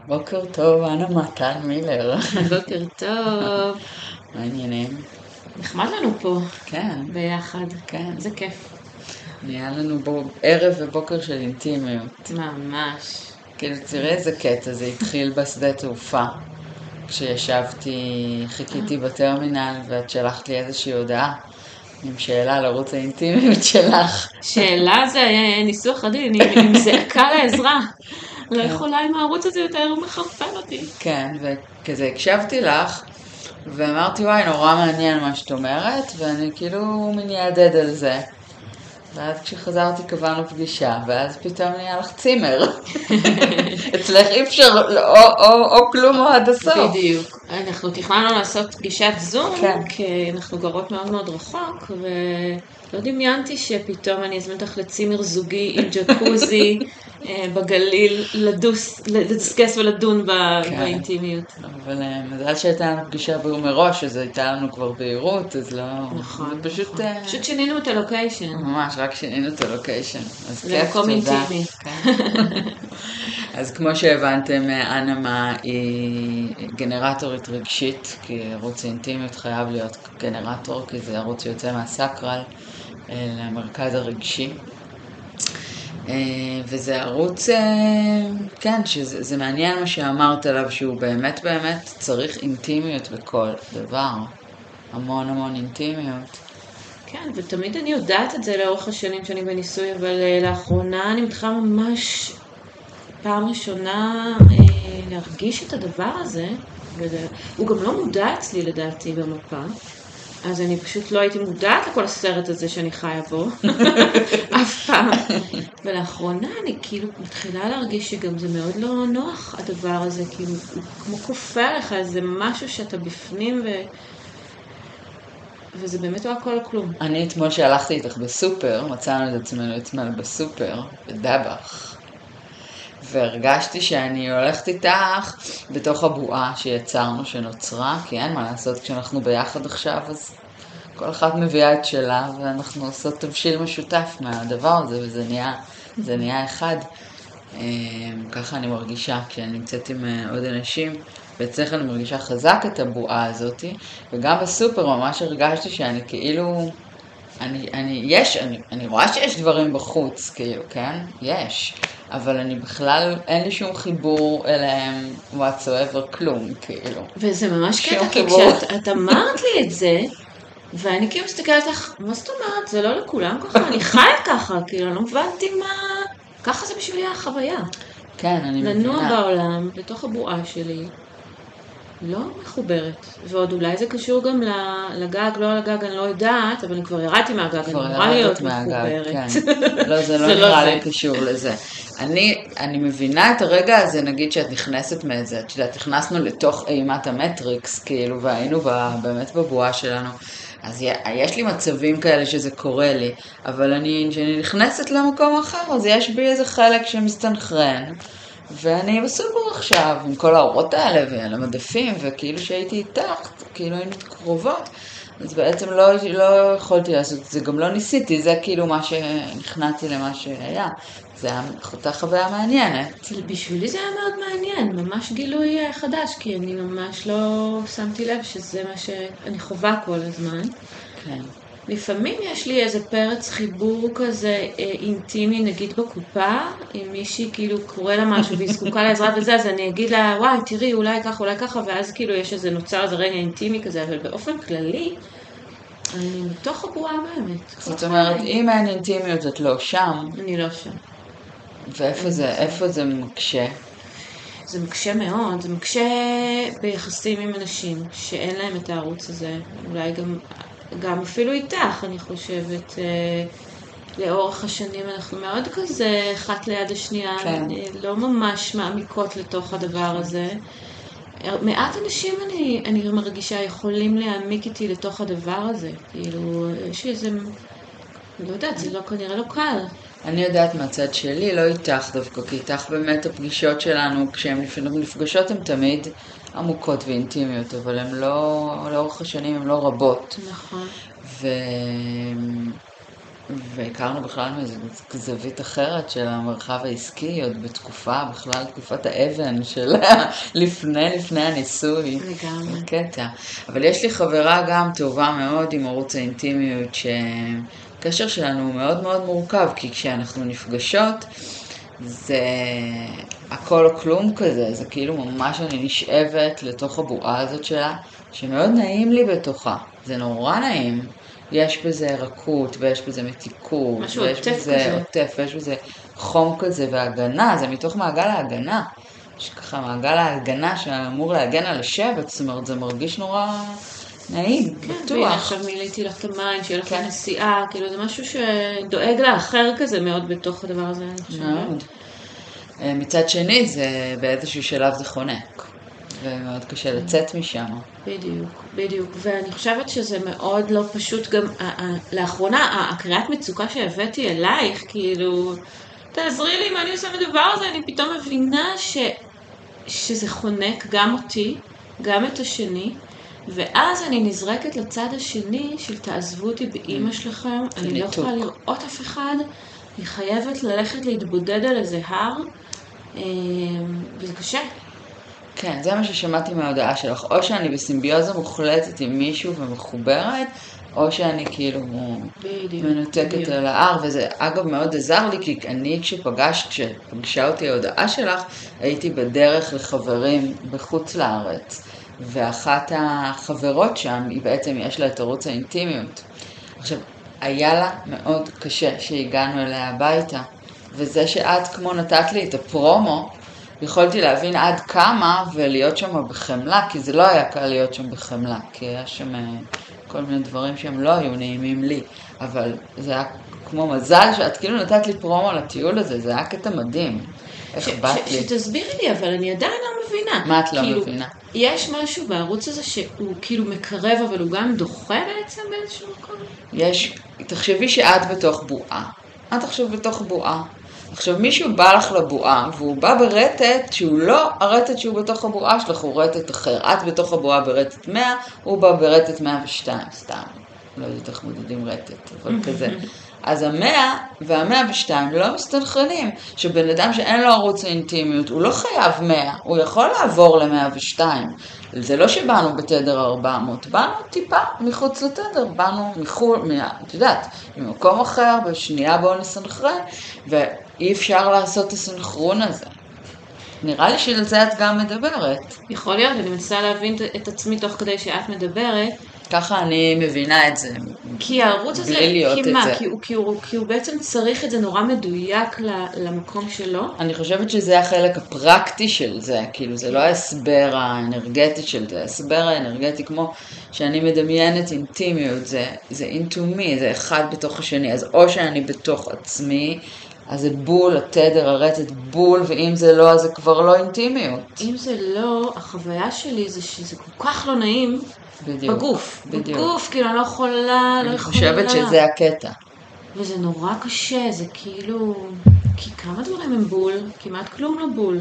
בוקר טוב, אנה מתן מילר. בוקר טוב. מה העניינים? נחמד לנו פה כן, ביחד. כן. איזה כיף. נהיה לנו ערב ובוקר של אינטימיות. ממש. כאילו, תראי איזה קטע, זה התחיל בשדה תעופה. כשישבתי, חיכיתי בטרמינל ואת שלחת לי איזושהי הודעה עם שאלה לערוץ האינטימיות שלך. שאלה זה ניסוח עדין, עם זעקה לעזרה. לא יכולה עם הערוץ הזה יותר, הוא מחרפן אותי. כן, וכזה הקשבתי לך, ואמרתי וואי נורא מעניין מה שאת אומרת, ואני כאילו מניידד על זה. ואז כשחזרתי קבענו פגישה, ואז פתאום נהיה לך צימר. אצלך אי אפשר או כלום או עד הסוף. בדיוק. אנחנו תכננו לעשות פגישת זום, כן. כי אנחנו גרות מאוד מאוד רחוק, ולא דמיינתי שפתאום אני אזמין אותך לצימר זוגי עם ג'קוזי בגליל, לדסקס ולדון באינטימיות. אבל מזל שהייתה לנו פגישה מראש, אז הייתה לנו כבר בהירות, אז לא... נכון, זה פשוט... פשוט שינינו את הלוקיישן. ממש, רק שינינו את הלוקיישן. אז כיף, למקום תודה. אינטימי. אז כמו שהבנתם, אנמה היא גנרטורית רגשית, כי ערוץ האינטימיות חייב להיות גנרטור, כי זה ערוץ שיוצא מהסקרל למרכז הרגשי. וזה ערוץ, כן, שזה מעניין מה שאמרת עליו, שהוא באמת באמת צריך אינטימיות בכל דבר. המון המון אינטימיות. כן, ותמיד אני יודעת את זה לאורך השנים שאני בניסוי, אבל לאחרונה אני מתחילה ממש פעם ראשונה להרגיש את הדבר הזה, הוא גם לא מודע אצלי לדעתי במפה, אז אני פשוט לא הייתי מודעת לכל הסרט הזה שאני חיה בו, אף פעם. ולאחרונה אני כאילו מתחילה להרגיש שגם זה מאוד לא נוח הדבר הזה, כאילו הוא כמו כופה עליך איזה משהו שאתה בפנים וזה באמת לא הכל כלום. אני אתמול שהלכתי איתך בסופר, מצאנו את עצמנו אתמול בסופר, בדבח. והרגשתי שאני הולכת איתך בתוך הבועה שיצרנו, שנוצרה, כי אין מה לעשות, כשאנחנו ביחד עכשיו, אז כל אחת מביאה את שלה, ואנחנו עושות תבשיל משותף מהדבר הזה, וזה נהיה אחד. ככה אני מרגישה כשאני נמצאת עם עוד אנשים, ואצלך אני מרגישה חזק את הבועה הזאת, וגם בסופר ממש הרגשתי שאני כאילו, אני רואה שיש דברים בחוץ, כאילו, כן? יש. אבל אני בכלל, אין לי שום חיבור אליהם whatsoever, כלום, כאילו. וזה ממש קטע, כי כשאת אמרת לי את זה, ואני כאילו מסתכלת לך, מה זאת אומרת? זה לא לכולם ככה, אני חיה ככה, כאילו, לא הבנתי מה... ככה זה בשבילי החוויה. כן, אני מבינה. לנוע בעולם, בתוך הבועה שלי, לא מחוברת. ועוד אולי זה קשור גם לגג, לא לגג, אני לא יודעת, אבל אני כבר ירדתי מהגג, אני אמורה להיות מחוברת. כן. לא, זה לא נראה לי קשור לזה. אני מבינה את הרגע הזה, נגיד שאת נכנסת מאיזה, את יודעת, נכנסנו לתוך אימת המטריקס, כאילו, והיינו באמת בבועה שלנו. אז יש לי מצבים כאלה שזה קורה לי, אבל כשאני נכנסת למקום אחר, אז יש בי איזה חלק שמסתנכרן. ואני בסופר עכשיו, עם כל האורות האלה ועל המדפים, וכאילו שהייתי איתך, כאילו היינו קרובות, אז בעצם לא יכולתי לעשות את זה, גם לא ניסיתי, זה כאילו מה שנכנעתי למה שהיה. זה היה אותה חוויה מעניינת. בשבילי זה היה מאוד מעניין, ממש גילוי חדש, כי אני ממש לא שמתי לב שזה מה שאני חווה כל הזמן. כן. לפעמים יש לי איזה פרץ חיבור כזה אינטימי, נגיד בקופה, אם מישהי כאילו קורא לה משהו והיא זקוקה לעזרה וזה, אז אני אגיד לה, וואי, תראי, אולי ככה, ואז כאילו יש איזה נוצר איזה רגע אינטימי כזה, אבל באופן כללי, אני מתוך הבועה באמת. זאת אומרת, אם אין אינטימיות את לא שם. אני לא שם. ואיפה זה מקשה? זה מקשה מאוד, זה מקשה ביחסים עם אנשים שאין להם את הערוץ הזה, אולי גם אפילו איתך, אני חושבת, לאורך השנים אנחנו מאוד כזה אחת ליד השנייה, כן. לא ממש מעמיקות לתוך הדבר הזה. מעט אנשים אני מרגישה יכולים להעמיק איתי לתוך הדבר הזה, כאילו יש לי איזה, אני לא יודעת, זה כנראה לא קל. אני יודעת מהצד שלי, לא איתך דווקא, כי איתך באמת הפגישות שלנו, כשהן נפגשות הן תמיד עמוקות ואינטימיות, אבל הן לא, לאורך השנים הן לא רבות. נכון. והכרנו בכלל מאיזו זווית אחרת של המרחב העסקי, עוד בתקופה, בכלל תקופת האבן של לפני הניסוי. לגמרי. קטע. אבל יש לי חברה גם טובה מאוד עם ערוץ האינטימיות, שהקשר שלנו הוא מאוד מאוד מורכב, כי כשאנחנו נפגשות, זה הכל או כלום כזה, זה כאילו ממש אני נשאבת לתוך הבועה הזאת שלה, שמאוד נעים לי בתוכה, זה נורא נעים. יש בזה רכות, ויש בזה מתיקות, משהו ויש עוטף בזה כזה. עוטף, ויש בזה חום כזה והגנה, זה מתוך מעגל ההגנה. יש ככה מעגל ההגנה שאמור להגן על השבט, זאת אומרת, זה מרגיש נורא נעים, כן, והנה בטוח. עכשיו מילאתי לך את המים, שיהיה לך כן. נסיעה, כאילו זה משהו שדואג לאחר כזה מאוד בתוך הדבר הזה, אני חושבת. מאוד. מצד שני, זה באיזשהו שלב זה חונק, ומאוד קשה לצאת משם. בדיוק, בדיוק. ואני חושבת שזה מאוד לא פשוט גם, לאחרונה, הקריאת מצוקה שהבאתי אלייך, כאילו, תעזרי לי מה אני עושה בדבר הזה, אני פתאום מבינה שזה חונק גם אותי, גם את השני, ואז אני נזרקת לצד השני של תעזבו אותי באמא שלכם, אני לא יכולה לראות אף אחד, אני חייבת ללכת להתבודד על איזה הר, וזה קשה. כן, זה מה ששמעתי מההודעה שלך. או שאני בסימביוזה מוחלטת עם מישהו ומחוברת, או שאני כאילו מנותקת על ההר, וזה אגב מאוד עזר לי, כי אני כשפגשה אותי ההודעה שלך, הייתי בדרך לחברים בחוץ לארץ, ואחת החברות שם, היא בעצם יש לה את ערוץ האינטימיות. עכשיו, היה לה מאוד קשה שהגענו אליה הביתה, וזה שאת כמו נתת לי את הפרומו, יכולתי להבין עד כמה ולהיות שם בחמלה, כי זה לא היה קל להיות שם בחמלה, כי היה שם כל מיני דברים שהם לא היו נעימים לי, אבל זה היה כמו מזל שאת כאילו נתת לי פרומו לטיול הזה, זה היה קטע מדהים. איך באת לי? שתסבירי לי, אבל אני עדיין לא מבינה. מה את לא כאילו, מבינה? יש משהו בערוץ הזה שהוא כאילו מקרב, אבל הוא גם דוחה בעצם באיזשהו מקום? תחשבי שאת בתוך בועה. את עכשיו בתוך בועה. עכשיו מישהו בא לך לבועה, והוא בא ברטט שהוא לא הרטט שהוא בתוך הבועה שלך, הוא רטט אחר. את בתוך הבועה ברטט 100, הוא בא ברטט 102, סתם. לא יודעת איך מודדים רטט, אבל כזה. אז 100 וה-102 לא מסתנכרנים. שבן אדם שאין לו ערוץ האינטימיות, הוא לא חייב 100, הוא יכול לעבור ל-102. זה לא שבאנו בתדר 400, באנו טיפה מחוץ לתדר, באנו את יודעת, ממקום אחר, בשנייה בואו נסנכרן, ואי אפשר לעשות את הסנכרון הזה. נראה לי שעל זה את גם מדברת. יכול להיות, אני מנסה להבין את עצמי תוך כדי שאת מדברת. ככה אני מבינה את זה. כי הערוץ הזה, כי מה? כי הוא בעצם צריך את זה נורא מדויק למקום שלו. אני חושבת שזה החלק הפרקטי של זה, כאילו זה לא ההסבר האנרגטי של זה, ההסבר האנרגטי כמו שאני מדמיינת אינטימיות, זה into me, זה אחד בתוך השני, אז או שאני בתוך עצמי, אז זה בול, התדר, הרטט בול, ואם זה לא, אז זה כבר לא אינטימיות. אם זה לא, החוויה שלי זה שזה כל כך לא נעים, בדיוק, בגוף, בדיוק. בגוף, כאילו אני לא יכולה, אני חושבת שזה הקטע. וזה נורא קשה, זה כאילו, כי כמה דברים הם בול, כמעט כלום לא בול.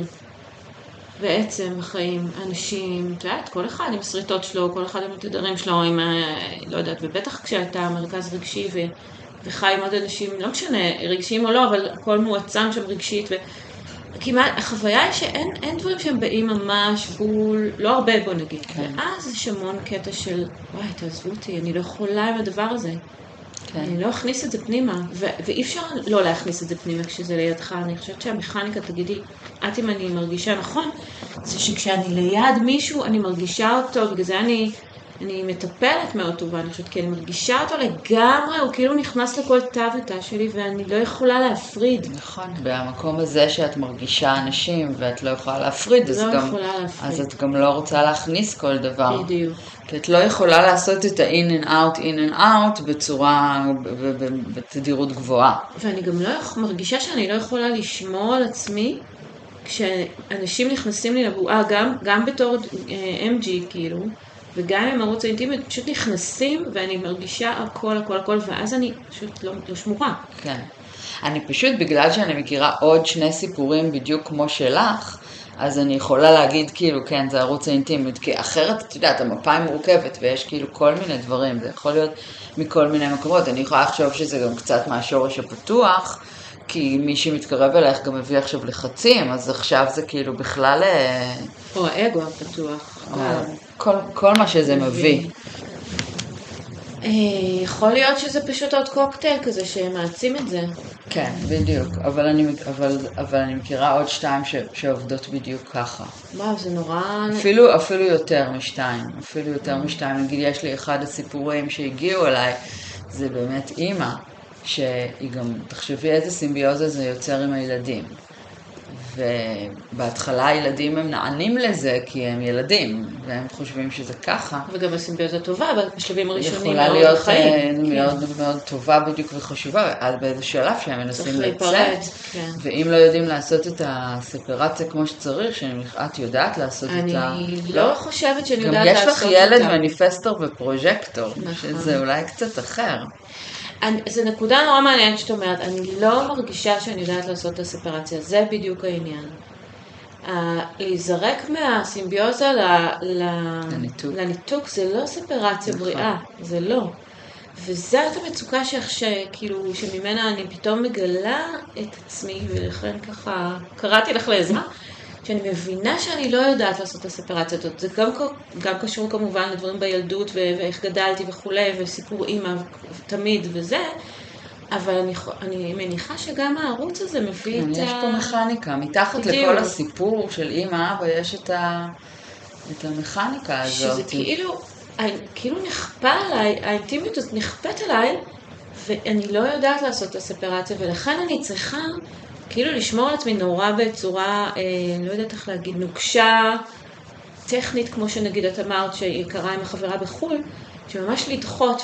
בעצם בחיים, אנשים, את יודעת, כל אחד עם הסריטות שלו, כל אחד עם התדרים שלו, עם, לא יודעת, ובטח כשאתה מרכז רגשי וחי עם עוד אנשים, לא משנה, רגשיים או לא, אבל הכל מועצם שם רגשית, וכמעט, החוויה היא שאין דברים שהם באים ממש בול, לא הרבה בוא נגיד, כן. ואז יש המון קטע של, וואי, תעזבו אותי, אני לא יכולה עם הדבר הזה. כן. אני לא אכניס את זה פנימה, ואי אפשר לא להכניס את זה פנימה כשזה לידך. אני חושבת שהמכניקה, תגידי, את אם אני מרגישה נכון, זה שכשאני ליד מישהו, אני מרגישה אותו, בגלל זה אני מטפלת מאוד טובה, אני חושבת, כי אני מרגישה אותו לגמרי, הוא כאילו נכנס לכל תא ותא שלי, ואני לא יכולה להפריד. נכון, במקום הזה שאת מרגישה אנשים, ואת לא יכולה להפריד, אז את גם לא רוצה להכניס כל דבר. בדיוק. כי את לא יכולה לעשות את ה-in and out, in and out, בצורה, בתדירות גבוהה. ואני גם לא מרגישה שאני לא יכולה לשמור על עצמי, כשאנשים נכנסים לי לבועה, גם בתור MG כאילו, וגם עם ערוץ האינטימיות, פשוט נכנסים ואני מרגישה הכל, ואז אני פשוט לא שמורה. כן. אני פשוט, בגלל שאני מכירה עוד שני סיפורים בדיוק כמו שלך, אז אני יכולה להגיד כאילו, כן, זה ערוץ האינטימי, כי אחרת, את יודעת, המפה היא מורכבת, ויש כאילו כל מיני דברים, זה יכול להיות מכל מיני מקומות. אני יכולה לחשוב שזה גם קצת מהשורש הפתוח, כי מי שמתקרב אלייך גם מביא עכשיו לחצים, אז עכשיו זה כאילו בכלל... או האגו הפתוח. כל מה שזה מביא. יכול להיות שזה פשוט עוד קוקטייל כזה שמעצים את זה. כן, בדיוק. אבל אני מכירה עוד 2 שעובדות בדיוק ככה. וואו, זה נורא... אפילו יותר משתיים. אפילו יותר משתיים. נגיד, יש לי אחד הסיפורים שהגיעו אליי, זה באמת אימא, שהיא גם, תחשבי איזה סימביוזה זה יוצר עם הילדים. ובהתחלה הילדים הם נענים לזה כי הם ילדים, והם חושבים שזה ככה. וגם הסימביוזה טובה, בשלבים הראשונים יכולה להיות מאוד טובה בדיוק וחשובה, עד באיזה שלב שהם מנסים לצאת. ואם לא יודעים לעשות את הספרציה כמו שצריך, את יודעת לעשות את ה... אני לא חושבת שאני יודעת לעשות אותה. גם יש לך ילד מניפסטור ופרוז'קטור, שזה אולי קצת אחר. זו נקודה נורא מעניינת שאת אומרת, אני לא מרגישה שאני יודעת לעשות את הספרציה, זה בדיוק העניין. להיזרק מהסימביוזה לניתוק זה לא ספרציה בריאה, זה לא. וזאת המצוקה שכאילו, שממנה אני פתאום מגלה את עצמי, ולכן ככה קראתי לך לעזרה, שאני מבינה שאני לא יודעת לעשות את הספרציה הזאת. זה גם קשור כמובן לדברים בילדות ואיך גדלתי וכולי, וסיפור אימא תמיד וזה, אבל אני מניחה שגם הערוץ הזה מביא את ה... יש פה מכניקה, מתחת לכל הסיפור של אימא אבא יש את המכניקה הזאת. שזה כאילו נכפה עליי, האינטימיות הזאת נכפת עליי, ואני לא יודעת לעשות את הספרציה, ולכן אני צריכה כאילו לשמור על עצמי נורא בצורה, לא יודעת איך להגיד, נוקשה, טכנית, כמו שנגיד את אמרת שהיא קרה עם החברה בחול, שממש לדחות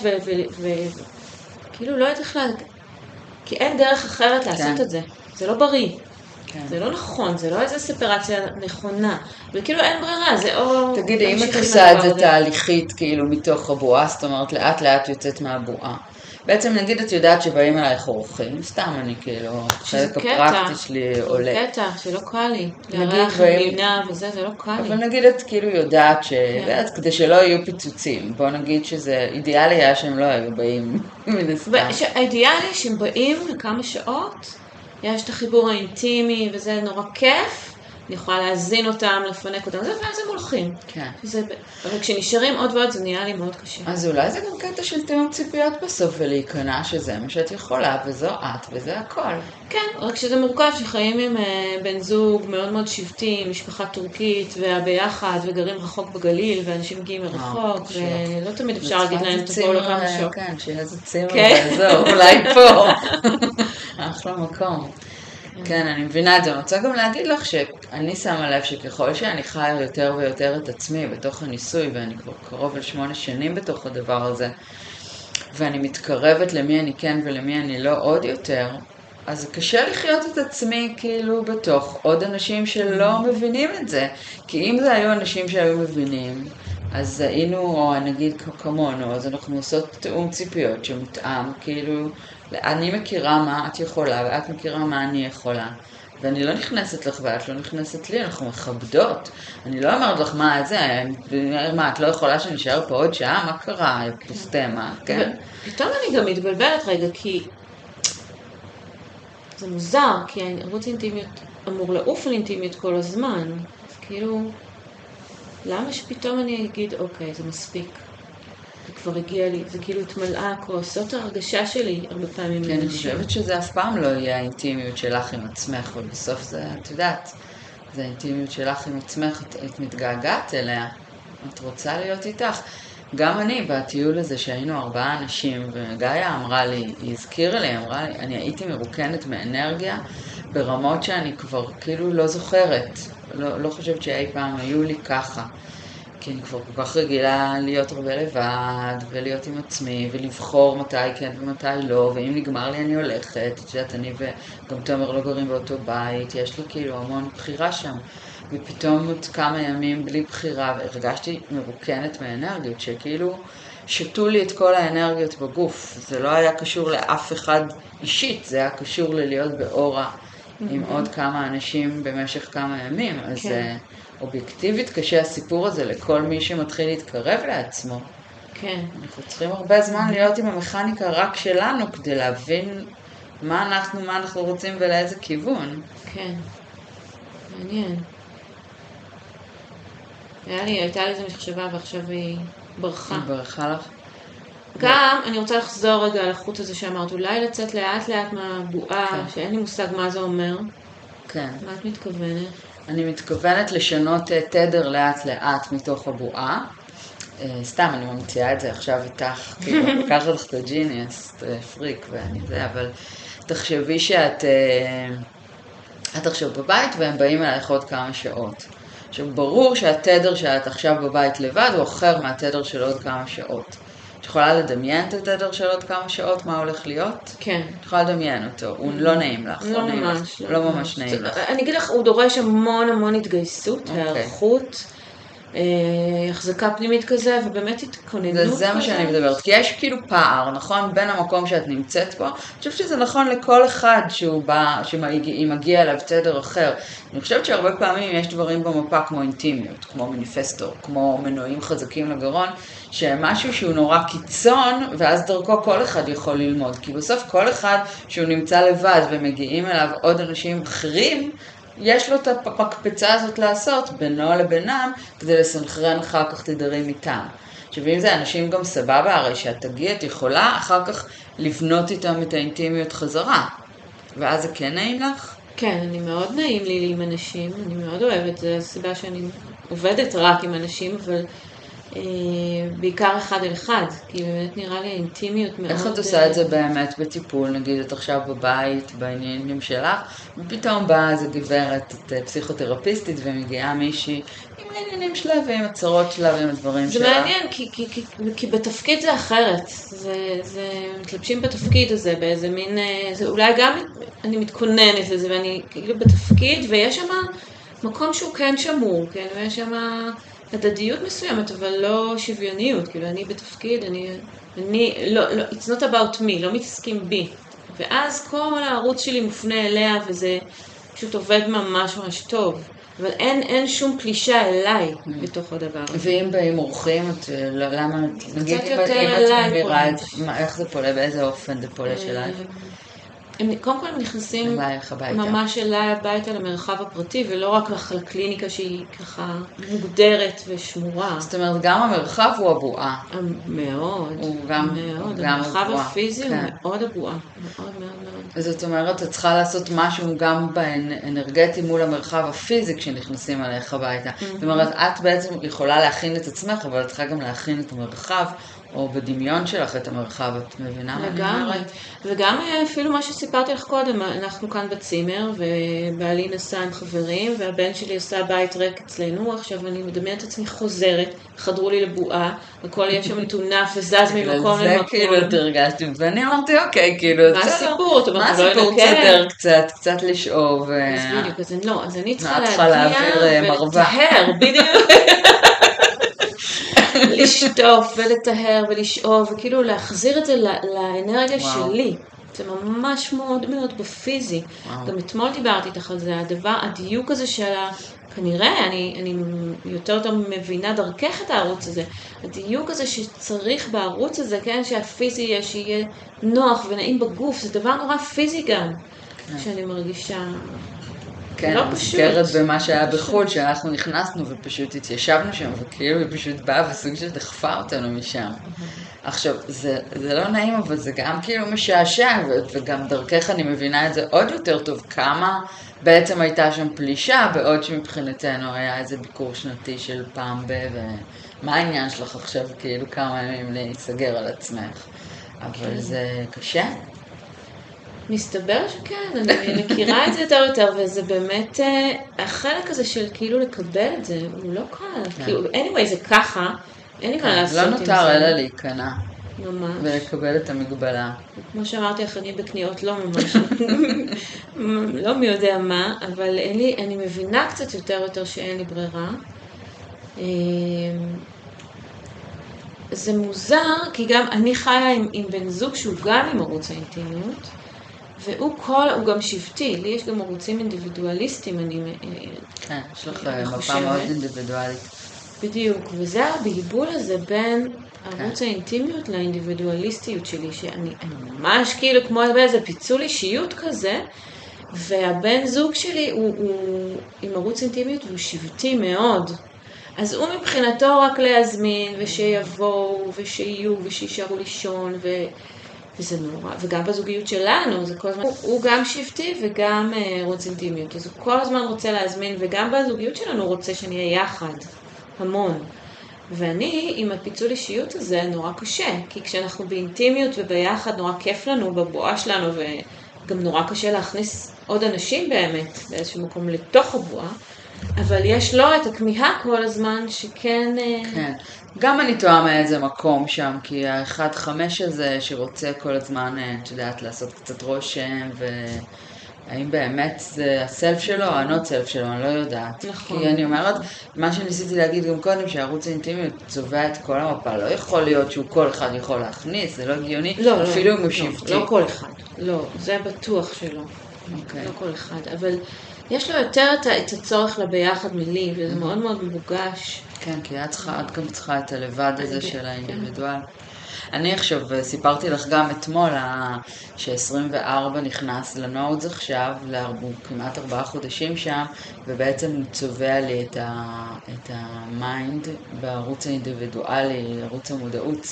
וכאילו לא יודעת איך להגיד, כי אין דרך אחרת לעשות את זה. זה לא בריא. זה לא נכון, זה לא איזו ספרציה נכונה. וכאילו אין ברירה, זה או... תגידי, אם את עושה את זה תהליכית כאילו מתוך הבועה, זאת אומרת לאט לאט יוצאת מהבועה. בעצם נגיד את יודעת שבאים אלייך אורחים, סתם אני כאילו, חלק הפרקטי שלי עולה. זה קטע, שלא קל לי. לארח מינה וזה, זה לא קל לי. אבל נגיד את כאילו יודעת כדי שלא יהיו פיצוצים, בוא נגיד שזה אידיאלי היה שהם לא היו באים מן הסתם. האידיאלי שהם באים לכמה שעות, יש את החיבור האינטימי וזה נורא כיף, אני יכולה להזין אותם, לפנק אותם, ואז הם הולכים. כן. אבל כשנשארים עוד ועוד זה נהיה לי מאוד קשה. אז אולי זה גם קטע של תיאום ציפיות בסוף ולהיכנע שזה מה שאת יכולה, וזו את, וזה הכל. כן, רק שזה מורכב שחיים עם בן זוג מאוד מאוד שבטי, משפחה טורקית, והביחד, וגרים רחוק בגליל, ואנשים מגיעים מרחוק, ולא תמיד אפשר להגיד להם תבואו לכמה שעות. כן, שיהיה איזה צימר באזור, אולי פה. אחלה מקום. כן, אני מבינה את זה. אני רוצה גם להגיד לך שאני שמה לב שככל שאני חיה יותר ויותר את עצמי בתוך הניסוי, ואני כבר קרוב ל8 שנים בתוך הדבר הזה, ואני מתקרבת למי אני כן ולמי אני לא עוד יותר, אז קשה לחיות את עצמי כאילו בתוך עוד אנשים שלא מבינים את זה. כי אם זה היו אנשים שהיו מבינים, אז היינו, או נגיד כמונו, אז אנחנו עושות תאום ציפיות שמותאם, כאילו, אני מכירה מה את יכולה, ואת מכירה מה אני יכולה. ואני לא נכנסת לך ואת לא נכנסת לי, אנחנו מכבדות. אני לא אמרת לך מה זה, מה, את לא יכולה שנשאר פה עוד שעה? מה קרה? פוסטמה, כן? פתאום אני גם מתבלבלת רגע, כי זה מוזר, כי ערוץ אינטימיות אמור לעוף על אינטימיות כל הזמן. כאילו, למה שפתאום אני אגיד, אוקיי, זה מספיק. זה כבר הגיע לי, זה כאילו התמלאה הכוס. זאת ההרגשה שלי הרבה פעמים. כן, אני חושבת שזה אף פעם לא יהיה האינטימיות שלך עם עצמך, ובסוף זה, את יודעת, זה האינטימיות שלך עם עצמך, את מתגעגעת אליה, את רוצה להיות איתך. גם אני, בטיול הזה שהיינו 4 אנשים, וגאיה אמרה לי, היא הזכירה לי, אמרה לי, אני הייתי מרוקנת מאנרגיה, ברמות שאני כבר כאילו לא זוכרת, לא חושבת שאי פעם היו לי ככה. כי אני כבר כל כך רגילה להיות הרבה לבד, ולהיות עם עצמי, ולבחור מתי כן ומתי לא, ואם נגמר לי אני הולכת, את יודעת, אני וגם תומר לא גרים באותו בית, יש לי כאילו המון בחירה שם, ופתאום עוד כמה ימים בלי בחירה, והרגשתי מרוקנת מאנרגיות, שכאילו שתו לי את כל האנרגיות בגוף, זה לא היה קשור לאף אחד אישית, זה היה קשור ללהיות באורה עם עוד כמה אנשים במשך כמה ימים, אז כן. אובייקטיבית קשה הסיפור הזה לכל מי שמתחיל להתקרב לעצמו. כן. אנחנו צריכים הרבה זמן להיות עם המכניקה רק שלנו כדי להבין מה אנחנו רוצים ולאיזה כיוון. כן. מעניין. הייתה לי איזו מחשבה ועכשיו היא ברחה. היא ברחה לך? גם אני רוצה לחזור רגע על החוט הזה שאמרת, אולי לצאת לאט לאט מהבועה, שאין לי מושג מה זה אומר. כן. מה את מתכוונת? אני מתכוונת לשנות תדר לאט לאט מתוך הבועה. סתם, אני ממציאה את זה עכשיו איתך, כאילו, לקחת לך את הג'יניוס, פריק ואני זה, אבל תחשבי שאת עכשיו בבית והם באים אלייך עוד כמה שעות. עכשיו, ברור שהתדר שאת עכשיו בבית לבד הוא אחר מהתדר של עוד כמה שעות. את יכולה לדמיין את התדר של עוד כמה שעות, מה הולך להיות? כן. את יכולה לדמיין אותו, הוא לא נעים לך. לא ממש. לא ממש נעים לך. אני אגיד לך, הוא דורש המון התגייסות, הערכות, החזקה פנימית כזה, ובאמת התכוננות. זה מה שאני מדברת, כי יש כאילו פער, נכון? בין המקום שאת נמצאת פה, אני חושבת שזה נכון לכל אחד שמגיע אליו תדר אחר. אני חושבת שהרבה פעמים יש דברים במפה כמו אינטימיות, כמו מניפסטור, כמו מנועים חזקים לגרון, שמשהו שהוא נורא קיצון, ואז דרכו כל אחד יכול ללמוד. כי בסוף כל אחד שהוא נמצא לבד ומגיעים אליו עוד אנשים אחרים, יש לו את הפקפצה הזאת לעשות בינו לבינם, כדי לסנכרן אחר כך תדרים איתם. עכשיו, אם זה אנשים גם סבבה, הרי שאת תגיע, את יכולה אחר כך לבנות איתם את האינטימיות חזרה. ואז זה כן נעים לך? כן, אני מאוד נעים לי עם אנשים, אני מאוד אוהבת, זו הסיבה שאני עובדת רק עם אנשים, אבל בעיקר אחד אל אחד, כי באמת נראה לי האינטימיות מאוד... איך את עושה את זה באמת בטיפול? נגיד, את עכשיו בבית, בעניינים שלך, ופתאום באה איזו גברת, את פסיכותרפיסטית, ומגיעה מישהי עם העניינים שלה, ועם הצרות שלה, ועם הדברים שלה. זה מעניין, כי בתפקיד זה אחרת. זה מתלבשים בתפקיד הזה, באיזה מין... אולי גם אני מתכוננת לזה, ואני כאילו בתפקיד, ויש שם מקום שהוא כן שמור, כן? ויש שם... הדדיות מסוימת, אבל לא שוויוניות, כאילו אני בתפקיד, לא, it's not about me, לא מתעסקים בי. ואז כל הערוץ שלי מופנה אליה, וזה פשוט עובד ממש טוב. אבל אין שום קלישה אליי בתוך הדבר. ואם באים אורחים, למה, נגיד, קצת יותר אליי פולש. איך זה פולה, באיזה אופן זה פולה שלך? קודם כל הם נכנסים ממש אליי הביתה למרחב הפרטי, ולא רק לקליניקה שהיא ככה מוגדרת ושמורה. זאת אומרת, גם המרחב הוא הבועה. מאוד, מאוד. המרחב הפיזי הוא מאוד הבועה. מאוד. זאת אומרת, את צריכה לעשות משהו גם באנרגטי מול המרחב הפיזי כשנכנסים אליך הביתה. זאת אומרת, את בעצם יכולה להכין את עצמך, אבל את צריכה גם להכין את המרחב, או בדמיון שלך את המרחב, את מבינה מה אני אומרת? וגם אפילו מה שסיפרתי לך קודם, אנחנו כאן בצימר, ובעלי נסע עם חברים, והבן שלי עושה בית ריק אצלנו, עכשיו אני מדמיינת את עצמי חוזרת, חדרו לי לבועה, הכל יהיה שם מטונף וזז ממקום למקום. זה כאילו תרגשתי, ואני אמרתי, אוקיי, כאילו, מה הסיפור? מה הסיפור? תסדר קצת לשאוב. אז בדיוק, אז אני צריכה להגיע ולטהר, בדיוק. לשטוף ולטהר ולשאוב, וכאילו להחזיר את זה לאנרגיה שלי. זה ממש מאוד בפיזי. גם אתמול דיברתי איתך על זה, הדיוק הזה של כנראה, אני יותר מבינה דרכך את הערוץ הזה, הדיוק הזה שצריך בערוץ הזה, כן, שהפיזי יהיה, שיהיה נוח ונעים בגוף, זה דבר נורא פיזי גם, שאני מרגישה... כן, מזכרת במה שהיה בחול, שאנחנו נכנסנו ופשוט התיישבנו שם, וכאילו היא פשוט באה וסוג שדחפה אותנו משם. עכשיו, זה לא נעים, אבל זה גם כאילו משעשע, וגם דרכך אני מבינה את זה עוד יותר טוב, כמה בעצם הייתה שם פלישה, בעוד שמבחינתנו היה איזה ביקור שנתי של פעם ומה העניין שלך עכשיו, כאילו כמה ימים להיסגר על עצמך. אבל זה קשה. מסתבר שכן, אני מכירה את זה יותר, וזה באמת, החלק הזה של כאילו לקבל את זה, הוא לא קל. כאילו, anyway, זה ככה, אין לי מה לעשות עם זה. לא נותר אלא להיכנע. ממש. ולקבל את המגבלה. כמו שאמרתי לך, אני בקניות לא ממש, לא מי יודע מה, אבל אני מבינה קצת יותר שאין לי ברירה. זה מוזר, כי גם אני חיה עם בן זוג שהוא גם עם ערוץ האינטימיות, והוא הוא גם שבטי, לי יש גם ערוצים אינדיבידואליסטיים, כן, יש לך מפה מאוד אינדיבידואלית. בדיוק, וזה הבלבול הזה בין ערוץ האינטימיות לאינדיבידואליסטיות שלי, שאני ממש כאילו כמו באיזה פיצול אישיות כזה, והבן זוג שלי הוא עם ערוץ אינטימיות והוא שבטי מאוד. אז הוא מבחינתו רק להזמין ושיבואו ושיהיו ושישארו לישון וזה נורא. וגם בזוגיות שלנו, זה כל הזמן, הוא גם שבטי וגם ערוץ אינטימיות. אז הוא כל הזמן רוצה להזמין, וגם בזוגיות שלנו הוא רוצה שנהיה יחד, המון. ואני עם הפיצול אישיות הזה נורא קשה, כי כשאנחנו באינטימיות וביחד נורא כיף לנו בבועה שלנו, וגם נורא קשה להכניס עוד אנשים באמת באיזשהו מקום לתוך הבועה, אבל יש לו את הכמיהה כל הזמן שכן... כן, גם אני טועה מאיזה מקום שם, כי ה-1-5 הזה שרוצה כל הזמן, את יודעת, לעשות קצת רושם, האם באמת זה הסלף שלו או הנוט סלף שלו, אני לא יודעת. נכון. כי אני אומרת, מה שניסיתי להגיד גם קודם, שהערוץ האינטימיות צובע את כל המפה, לא יכול להיות שהוא כל אחד יכול להכניס, זה לא הגיוני, אפילו אם הוא שבטי. לא כל אחד, לא, זה בטוח שלא. לא כל אחד, אבל יש לו יותר את הצורך לביחד מילי, וזה מאוד מאוד מורגש. כן, כי את גם צריכה את הלבד הזה של האינדיבידואל. אני עכשיו סיפרתי לך גם אתמול ש-24 נכנס לנודס עכשיו, כמעט 4 חודשים שם, ובעצם הוא צובע לי את המיינד בערוץ האינדיבידואלי, ערוץ המודעות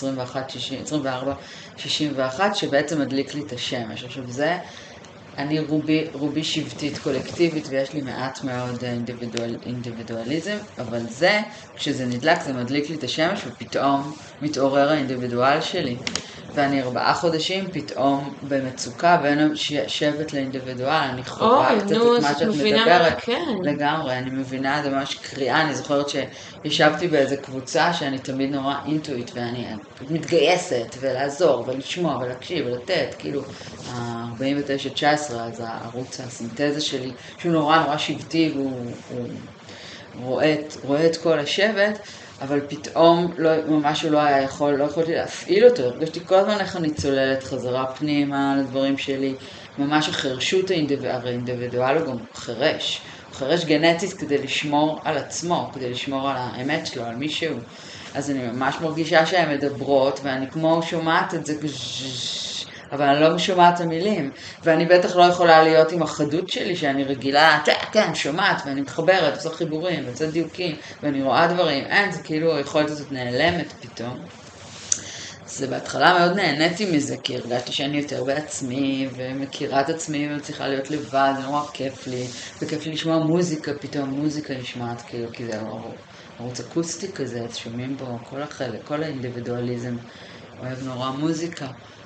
24-61, שבעצם מדליק לי את השמש. עכשיו זה, אני רובי שבטית קולקטיבית ויש לי מעט מאוד אינדיבידואליזם, אבל זה, כשזה נדלק, זה מדליק לי את השמש ופתאום מתעורר האינדיבידואל שלי. ואני 4 חודשים פתאום במצוקה בין שבט לאינדיבידואל, אני חווה קצת את מה שאת מדברת. לגמרי, אני מבינה, זה ממש קריאה, אני זוכרת שישבתי באיזה קבוצה שאני תמיד נורא אינטואיט, ואני מתגייסת ולעזור ולשמוע ולהקשיב ולתת, כאילו, 49-19, אז הערוץ הסינתזה שלי, שהוא נורא שבטי, והוא רואה את כל השבט, אבל פתאום ממש הוא לא היה יכול, לא יכולתי להפעיל אותו, הרגשתי כל הזמן איך אני צוללת חזרה פנימה לדברים שלי, ממש החרשות האינדיבידואל הוא גם חרש, הוא חרש גנטית כדי לשמור על עצמו, כדי לשמור על האמת שלו, על מישהו, אז אני ממש מרגישה שהן מדברות, ואני כמו שומעת את זה, אבל אני לא שומעת את המילים, ואני בטח לא יכולה להיות עם החדות שלי, שאני רגילה, כן, שומעת, ואני מתחברת, עושה חיבורים, ועושה דיוקים, ואני רואה דברים, אין, זה כאילו היכולת הזאת נעלמת פתאום. זה בהתחלה מאוד נהניתי מזה, כי הרגשתי שאני יותר בעצמי, ומכירה את עצמי, ומצליחה להיות לבד, זה נורא כיף לי, וכיף לי לשמוע מוזיקה, פתאום מוזיקה נשמעת, כאילו, כי זה ערוץ אקוסטי כזה, אז שומעים בו כל החלק, כל האינדיבידואליזם, אוהב נורא מוזיקה.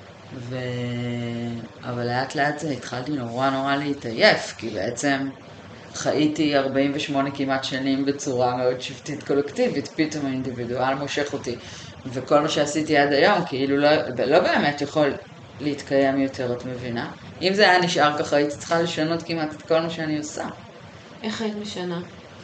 אבל לאט זה התחלתי נורא להתעייף, כי בעצם חייתי 48 כמעט שנים בצורה מאוד שבטית קולקטיבית, פתאום האינדיבידואל מושך אותי, וכל מה שעשיתי עד היום כאילו לא באמת יכול להתקיים יותר, את מבינה? אם זה היה נשאר ככה, הייתי צריכה לשנות כמעט את כל מה שאני עושה. איך היית משנה?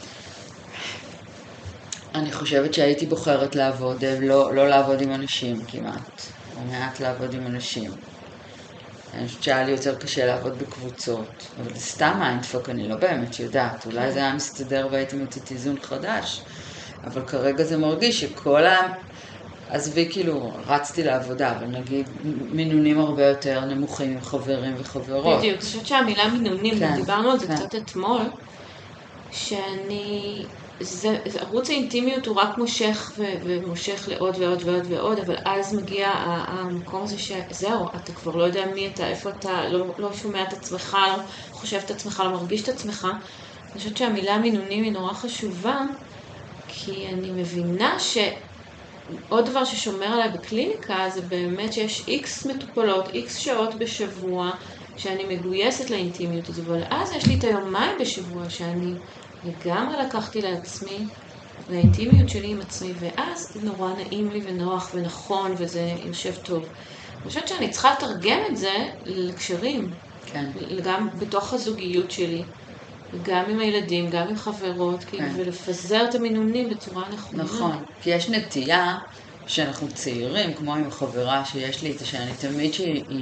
אני חושבת שהייתי בוחרת לעבוד, לא לעבוד עם אנשים כמעט. או מעט לעבוד עם אנשים. אני חושבת שהיה לי יותר קשה לעבוד בקבוצות, אבל זה סתם מיינדפוק, אני לא באמת יודעת. אולי זה היה מסתדר והייתי מוצאת איזון חדש, אבל כרגע זה מרגיש שכל עזבי כאילו, רצתי לעבודה, אבל נגיד מינונים הרבה יותר נמוכים עם חברים וחברות. בדיוק, אני חושבת שהמילה מינונים, דיברנו על זה קצת אתמול, שאני... ערוץ האינטימיות הוא רק מושך ומושך לעוד ועוד ועוד ועוד, אבל אז מגיע המקום הזה שזהו, אתה כבר לא יודע מי אתה, איפה אתה, לא שומע את עצמך, לא חושב את עצמך, לא מרגיש את עצמך. אני חושבת שהמילה מינונים היא נורא חשובה, כי אני מבינה שעוד דבר ששומר עליי בקליניקה זה באמת שיש X מטופלות, X שעות בשבוע, שאני מגויסת לאינטימיות הזו, אבל אז יש לי את היומיים בשבוע שאני לגמרי לקחתי לעצמי, לאינטימיות שלי עם עצמי, ואז נורא נעים לי ונוח ונכון, וזה יושב טוב. אני חושבת שאני צריכה לתרגם את זה לקשרים, כן. גם בתוך הזוגיות שלי, גם עם הילדים, גם עם חברות, כן. ולפזר את המינונים בצורה נכונה. נכון, כי יש נטייה שאנחנו צעירים, כמו עם החברה שיש לי איתה, שאני תמיד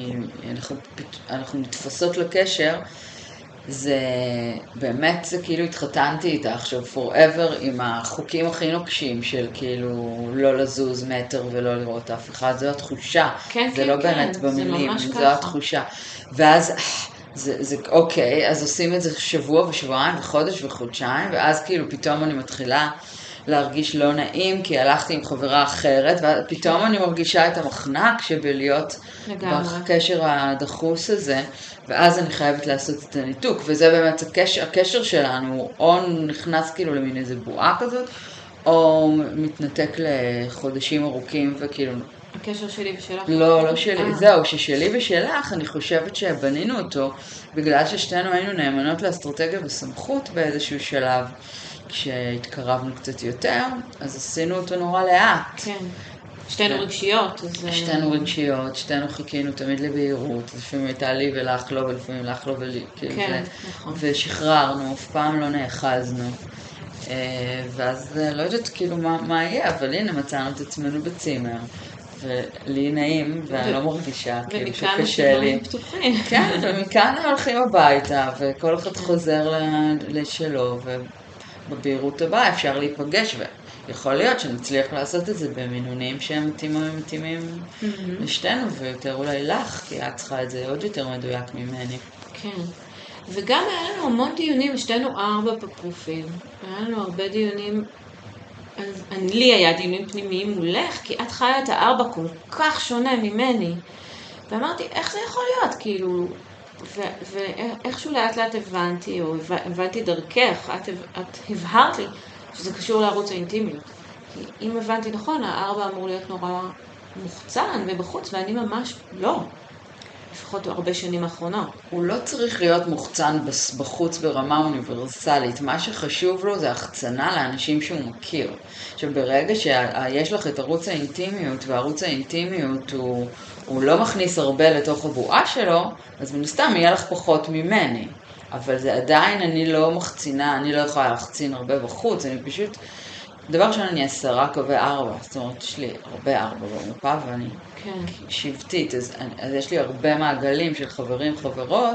אנחנו נתפסות לקשר, זה באמת, זה כאילו התחתנתי איתה עכשיו forever עם החוקים הכי נוקשים של כאילו לא לזוז מטר ולא לראות אף אחד, זו התחושה, כן, זה כן, לא כן, באמת זה במילים, ממש זו ככה. התחושה. ואז זה אוקיי, אז עושים את זה שבוע ושבועיים וחודש וחודשיים, ואז כאילו פתאום אני מתחילה להרגיש לא נעים, כי הלכתי עם חברה אחרת, ופתאום אני מרגישה את המחנק שבלהיות לגמרי. בקשר הדחוס הזה, ואז אני חייבת לעשות את הניתוק, וזה באמת הקשר שלנו, או נכנס כאילו למין איזה בועה כזאת, או מתנתק לחודשים ארוכים וכאילו... הקשר שלי ושלך? לא שלי, זהו, ששלי ושלך, אני חושבת שבנינו אותו, בגלל ששתינו היינו נאמנות לאסטרטגיה וסמכות באיזשהו שלב, כשהתקרבנו קצת יותר, אז עשינו אותו נורא לאט. כן. שתינו רגשיות, אז... שתינו רגשיות, שתינו חיכינו תמיד לבהירות, לפעמים הייתה לי ולך לא, ולפעמים לך לא ולי, כאילו כן, זה, נכון. ושחררנו, אף פעם לא נאחזנו. ואז לא יודעת כאילו מה יהיה, אבל הנה מצאנו את עצמנו בצימר, ולי נעים, ואני לא מרגישה כאילו שקשה לי. פתוחים. כן, ומכאן הולכים הביתה, וכל אחד חוזר לשלו, ובבהירות הבאה אפשר להיפגש, ויכול להיות שנצליח לעשות את זה במינונים שהם מתאימים לשתינו, ויותר אולי לך, כי את צריכה את זה עוד יותר מדויק ממני. כן. וגם היה לנו המון דיונים, שתינו 4 בפרופיל. היה לנו הרבה דיונים, אז לי היה דיונים פנימיים מולך, כי את חיה את 4 כל כך שונה ממני. ואמרתי, איך זה יכול להיות? כאילו, ואיכשהו לאט לאט הבנתי, או הבנתי דרכך, את הבהרת לי שזה קשור לערוץ האינטימיות. כי אם הבנתי נכון, 4 אמור להיות נורא מוחצן ובחוץ, ואני ממש לא. לפחות הרבה שנים האחרונות. הוא לא צריך להיות מוחצן בחוץ ברמה אוניברסלית. מה שחשוב לו זה החצנה לאנשים שהוא מכיר. עכשיו, ברגע שיש לך את ערוץ האינטימיות, וערוץ האינטימיות הוא לא מכניס הרבה לתוך הבועה שלו, אז מן הסתם יהיה לך פחות ממני. אבל זה עדיין, אני לא מחצינה, אני לא יכולה להחצין הרבה בחוץ, אני פשוט... דבר ראשון, אני 10 קווי 4, זאת אומרת, יש לי הרבה 4 במפה, ואני שבטית, אז יש לי הרבה מעגלים של חברים, חברות,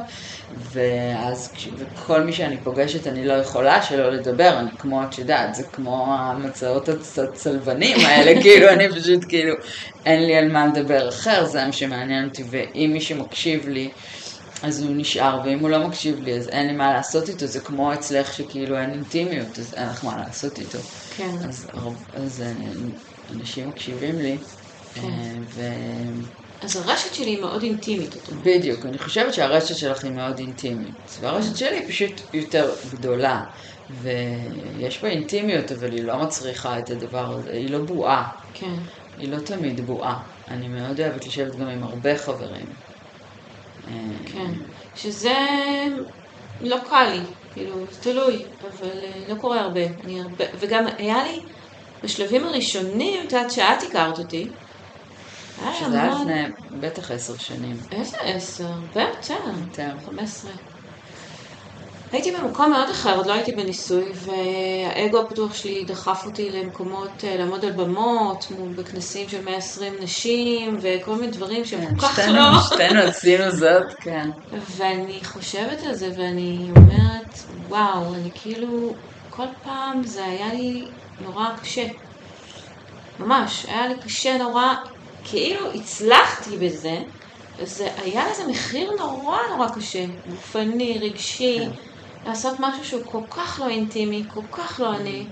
וכל מי שאני פוגשת אני לא יכולה שלא לדבר, אני כמו, את יודעת, זה כמו המצאות הצלבנים האלה, כאילו, אני פשוט כאילו, אין לי על מה לדבר אחר, זה מה שמעניין אותי, ואם מי שמקשיב לי, אז הוא נשאר, ואם הוא לא מקשיב לי, אז אין לי מה לעשות איתו, זה כמו אצלך שכאילו אין אינטימיות, אז אין לך מה לעשות איתו. כן. אז אנשים מקשיבים לי, אז הרשת שלי היא מאוד אינטימית. בדיוק, אני חושבת שהרשת שלך היא מאוד אינטימית, והרשת שלי היא פשוט יותר גדולה, ויש בה אינטימיות, אבל היא לא מצריכה את הדבר הזה, היא לא בועה. כן. היא לא תמיד בועה. אני מאוד אוהבת לשבת גם עם הרבה חברים. כן, שזה לא קל לי, כאילו, זה תלוי, אבל לא קורה הרבה. וגם היה לי, בשלבים הראשונים, את יודעת שאת הכרת אותי, שזה היה לפני בטח 10 שנים. איזה 10? יותר. 15. הייתי במקום מאוד אחר, עוד לא הייתי בניסוי, והאגו הפתוח שלי דחף אותי למקומות, לעמוד על במות, בכנסים של 120 נשים, וכל מיני דברים שהם כל כך לא. שתינו עשינו זאת, כן. ואני חושבת על זה, ואני אומרת, וואו, אני כאילו, כל פעם זה היה לי נורא קשה. ממש, היה לי קשה נורא, כאילו הצלחתי בזה, וזה היה לזה מחיר נורא נורא קשה, גופני, רגשי, לעשות משהו שהוא כל כך לא אינטימי, כל כך לא אני.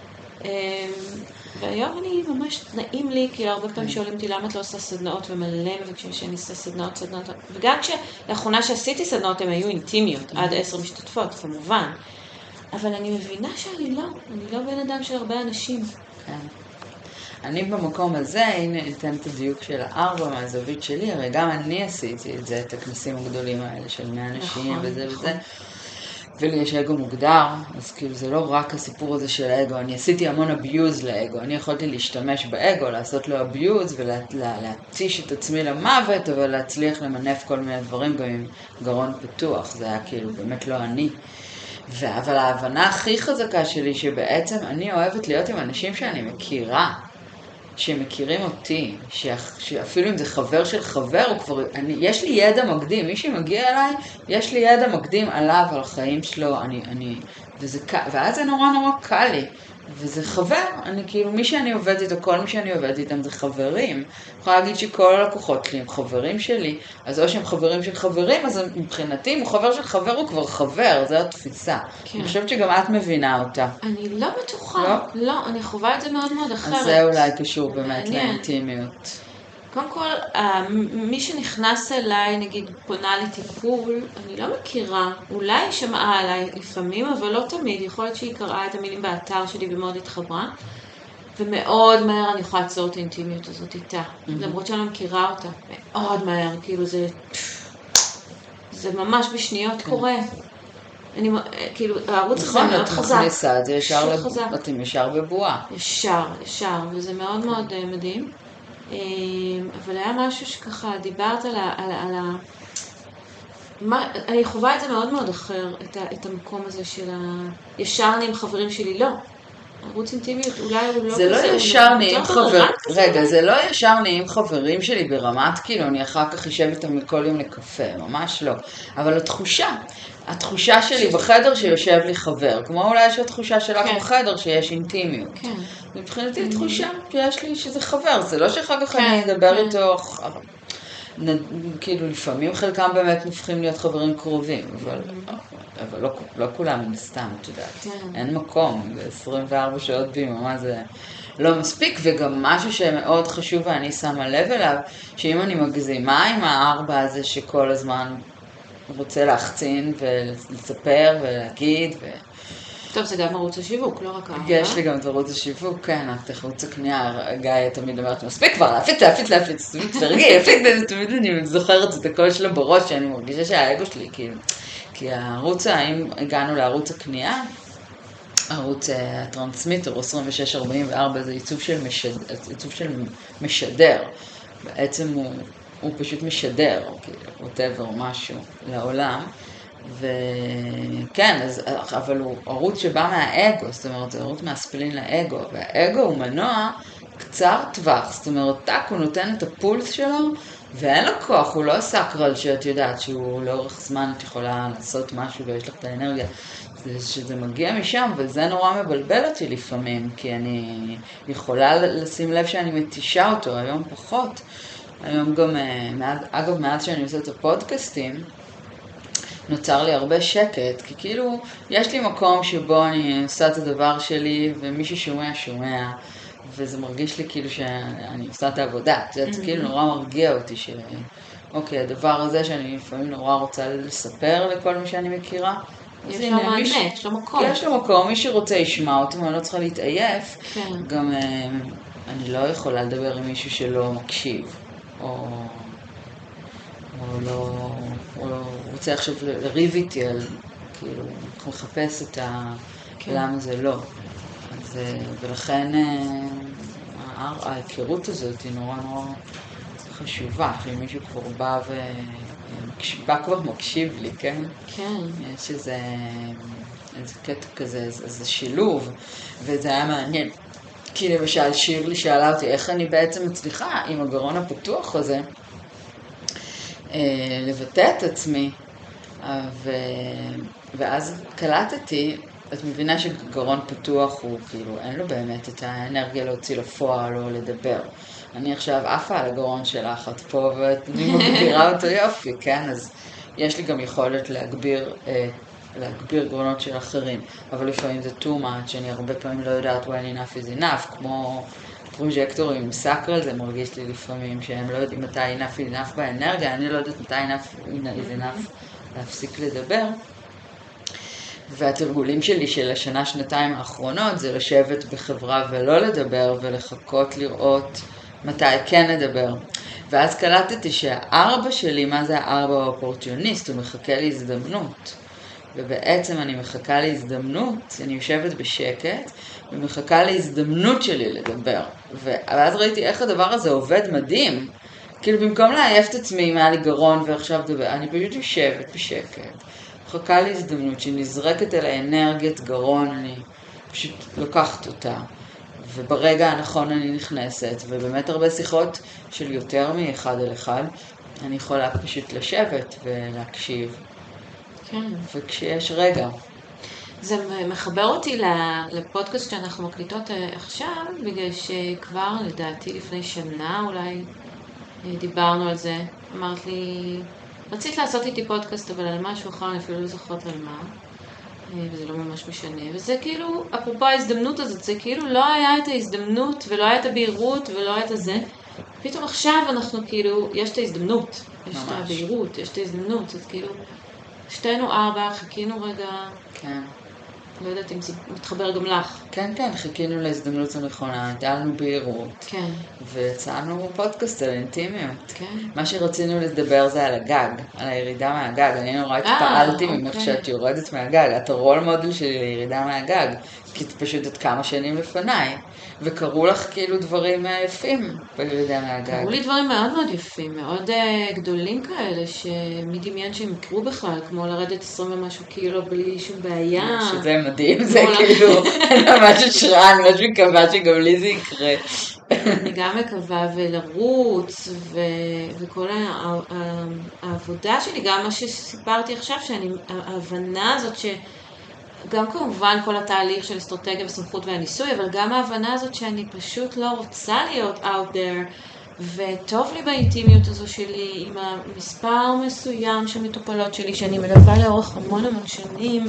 והיום אני ממש נעים לי, כאילו הרבה פעמים שואלים אותי למה את לא עושה סדנאות, ומלא מבקשים שאני עושה סדנאות. וגם לאחרונה שעשיתי סדנאות הן היו אינטימיות, עד 10 משתתפות, כמובן. אבל אני מבינה שאני לא בן אדם של הרבה אנשים. כן. אני במקום הזה, הנה ניתן את הדיוק של 4 מהזווית שלי, הרי גם אני עשיתי את זה, את הכנסים הגדולים האלה של 100 אנשים וזה וזה. ולי יש אגו מוגדר, אז כאילו זה לא רק הסיפור הזה של האגו, אני עשיתי המון אביוז לאגו, אני יכולתי להשתמש באגו, לעשות לו אביוז ולהתיש את עצמי למוות, אבל להצליח למנף כל מיני דברים גם עם גרון פתוח, זה היה כאילו באמת לא אני. אבל ההבנה הכי חזקה שלי שבעצם אני אוהבת להיות עם אנשים שאני מכירה, שמכירים אותי, שאפילו אם זה חבר של חבר, יש לי ידע מקדים, מי שמגיע אליי, יש לי ידע מקדים עליו, על החיים שלו, ואז זה נורא נורא קל לי. וזה חבר, כאילו מי שאני עובדת איתו, כל מי שאני עובדת איתם זה חברים. אני יכולה להגיד שכל הלקוחות שלי הם חברים שלי, אז או שהם חברים של חברים, אז מבחינתי, אם הוא חבר של חבר, הוא כבר חבר, זו התפיסה. כן. אני חושבת שגם את מבינה אותה. אני לא בטוחה, לא, אני חווה את זה מאוד מאוד אחרת. אז זה אולי קשור באמת לאינטימיות. קודם כל, מי שנכנס אליי, נגיד, פונה לטיפול, אני לא מכירה, אולי היא שמעה עליי לפעמים, אבל לא תמיד. יכול להיות שהיא קראה את המילים באתר שלי ומאוד התחברה, ומאוד מהר אני יכולה לעצור את האינטימיות הזאת איתה. למרות שאני לא מכירה אותה, מאוד מהר, כאילו זה ממש בשניות קורה. כאילו, הערוץ הזה מאוד חזק. נכון, את מכניסה את זה ישר בבועה. ישר, וזה מאוד מאוד מדהים. אבל היה משהו שככה דיברת אני חווה את זה מאוד מאוד אחר, את המקום הזה של ישר אני עם חברים שלי, לא. ערוץ אינטימיות, אולי הוא לא... זה לא ישר נעים חברים, רגע, זה לא ישר נעים חברים שלי ברמת, כאילו, אני אחר כך אשב איתם כל יום לקפה, ממש לא. אבל התחושה שלי בחדר שיושב לי חבר, כמו אולי יש התחושה שלך בחדר שיש אינטימיות. מבחינתי התחושה שיש לי שזה חבר, זה לא שאחר כך אני אדבר איתו, כאילו לפעמים חלקם באמת נופכים להיות חברים קרובים, אבל לא כולם סתם, את יודעת. אין מקום, ב-24 שעות ביממה זה לא מספיק, וגם משהו שמאוד חשוב ואני שמה לב אליו, שאם אני מגזימה עם הארבע הזה שכל הזמן רוצה להחצין ולספר ולהגיד טוב, זה גם ערוץ השיווק, לא רק הארבע. יש לי גם את ערוץ השיווק, כן, ערוץ הקנייה, גיא תמיד אומרת, מספיק כבר, להפיץ, תרגי, תמיד אני זוכרת את הקול שלו בראש, שאני מרגישה שהאגו שלי, כי הערוץ, אם הגענו לערוץ הקנייה, ערוץ הטרנסמיטר, 2644, זה עיצוב של משדר, בעצם הוא פשוט משדר, whatever, משהו, לעולם, וכן, אבל הוא ערוץ שבא מהאגו, זאת אומרת, זה ערוץ מהספלין לאגו, והאגו הוא מנוע קצר טווח, זאת אומרת, טק, הוא נותן את הפולס שלו, ואין לו כוח, הוא לא סקרל שאת יודעת שהוא לאורך זמן את יכולה לעשות משהו ויש לך את האנרגיה, שזה מגיע משם, וזה נורא מבלבל אותי לפעמים, כי אני יכולה לשים לב שאני מתישה אותו, היום פחות, היום גם, אגב, מאז שאני עושה את הפודקאסטים, נוצר לי הרבה שקט, כי כאילו יש לי מקום שבו אני עושה את הדבר שלי, ומי ששומע, וזה מרגיש לי כאילו שאני עושה את העבודה. זה כאילו נורא מרגיע אותי אוקיי, הדבר הזה שאני לפעמים נורא רוצה לספר לכל מי שאני מכירה. יש לו מענה, יש לו מקום. יש לו מקום, מי שרוצה ישמע אותי, אני לא צריכה להתעייף. גם אני לא יכולה לדבר עם מישהו שלא מקשיב, או רוצה עכשיו לריב איתי על, כאילו, מחפש את למה זה לא. ולכן ההיכרות הזאת היא נורא נורא חשובה, כשמישהו כבר בא כבר מקשיב לי, כן? כן. יש איזה קטע כזה, איזה שילוב, וזה היה מעניין. כי למשל שירלי שאלה אותי איך אני בעצם מצליחה עם הגרון הפתוח הזה, לבטא את עצמי, ואז קלטתי, את מבינה שגרון פתוח הוא כאילו, אין לו באמת את האנרגיה להוציא לפועל או לדבר. אני עכשיו עפה על הגרון שלך, את פה ואני מגבירה אותו יופי, כן? אז יש לי גם יכולת להגביר גרונות של אחרים, אבל לפעמים זה too much, שאני הרבה פעמים לא יודעת when enough is enough, כמו פרוז'קטורים עם סקרל, זה מרגיש לי לפעמים שהם לא יודעים מתי enough is enough באנרגיה, אני לא יודעת מתי enough is enough להפסיק לדבר. והתרגולים שלי של השנה-שנתיים האחרונות זה לשבת בחברה ולא לדבר ולחכות לראות מתי כן לדבר. ואז קלטתי שהארבע שלי, מה זה הארבע האופורטיוניסט? הוא מחכה להזדמנות. ובעצם אני מחכה להזדמנות, אני יושבת בשקט ומחכה להזדמנות שלי לדבר. ואז ראיתי איך הדבר הזה עובד מדהים. כאילו במקום לעייף את עצמי אם היה לי גרון ועכשיו דבר, אני פשוט יושבת בשקט. מחכה להזדמנות שנזרקת אל האנרגיית גרון, אני פשוט לוקחת אותה. וברגע הנכון אני נכנסת, ובאמת הרבה שיחות של יותר מאחד על אחד, אני יכולה פשוט לשבת ולהקשיב. כן. וכשיש רגע. זה מחבר אותי לפודקאסט שאנחנו מקליטות עכשיו, בגלל שכבר לדעתי לפני שנה אולי דיברנו על זה. אמרת לי, רצית לעשות איתי פודקאסט אבל על משהו אחר, אני אפילו לא זוכרת על מה, וזה לא ממש משנה. וזה כאילו, אפרופו ההזדמנות הזאת, זה כאילו לא היה את ההזדמנות ולא היה את הבהירות ולא היה את הזה. פתאום עכשיו אנחנו כאילו, יש את ההזדמנות, יש את הבהירות, יש את ההזדמנות, אז כאילו, שתינו 4, חיכינו רגע. כן. לא יודעת אם זה מתחבר גם לך. כן, כן, חיכינו להזדמנות הנכונה, הייתה לנו בהירות. כן. ויצאנו פודקאסט על אינטימיות. כן. מה שרצינו לדבר זה על הגג, על הירידה מהגג. אני נורא התפעלתי ממך שאת יורדת מהגג. את הרול מודל שלי לירידה מהגג. כי את פשוט עוד כמה שנים לפניי. וקראו לך כאילו דברים יפים בירידה מהגג. קראו לי דברים מאוד מאוד יפים, מאוד גדולים כאלה, שמי דמיין שהם יקרו בכלל, כמו לרדת 20 ומשהו קילו בלי שום בעיה. שזה מדהים, זה כאילו ממש השראה, אני ממש מקווה שגם לי זה יקרה. אני גם מקווה, ולרוץ, וכל העבודה שלי, גם מה שסיפרתי עכשיו, ההבנה הזאת גם כמובן כל התהליך של אסטרטגיה וסמכות והניסוי, אבל גם ההבנה הזאת שאני פשוט לא רוצה להיות out there, וטוב לי באינטימיות הזו שלי, עם המספר מסוים של מטופלות שלי, שאני מלווה לאורך המון שנים,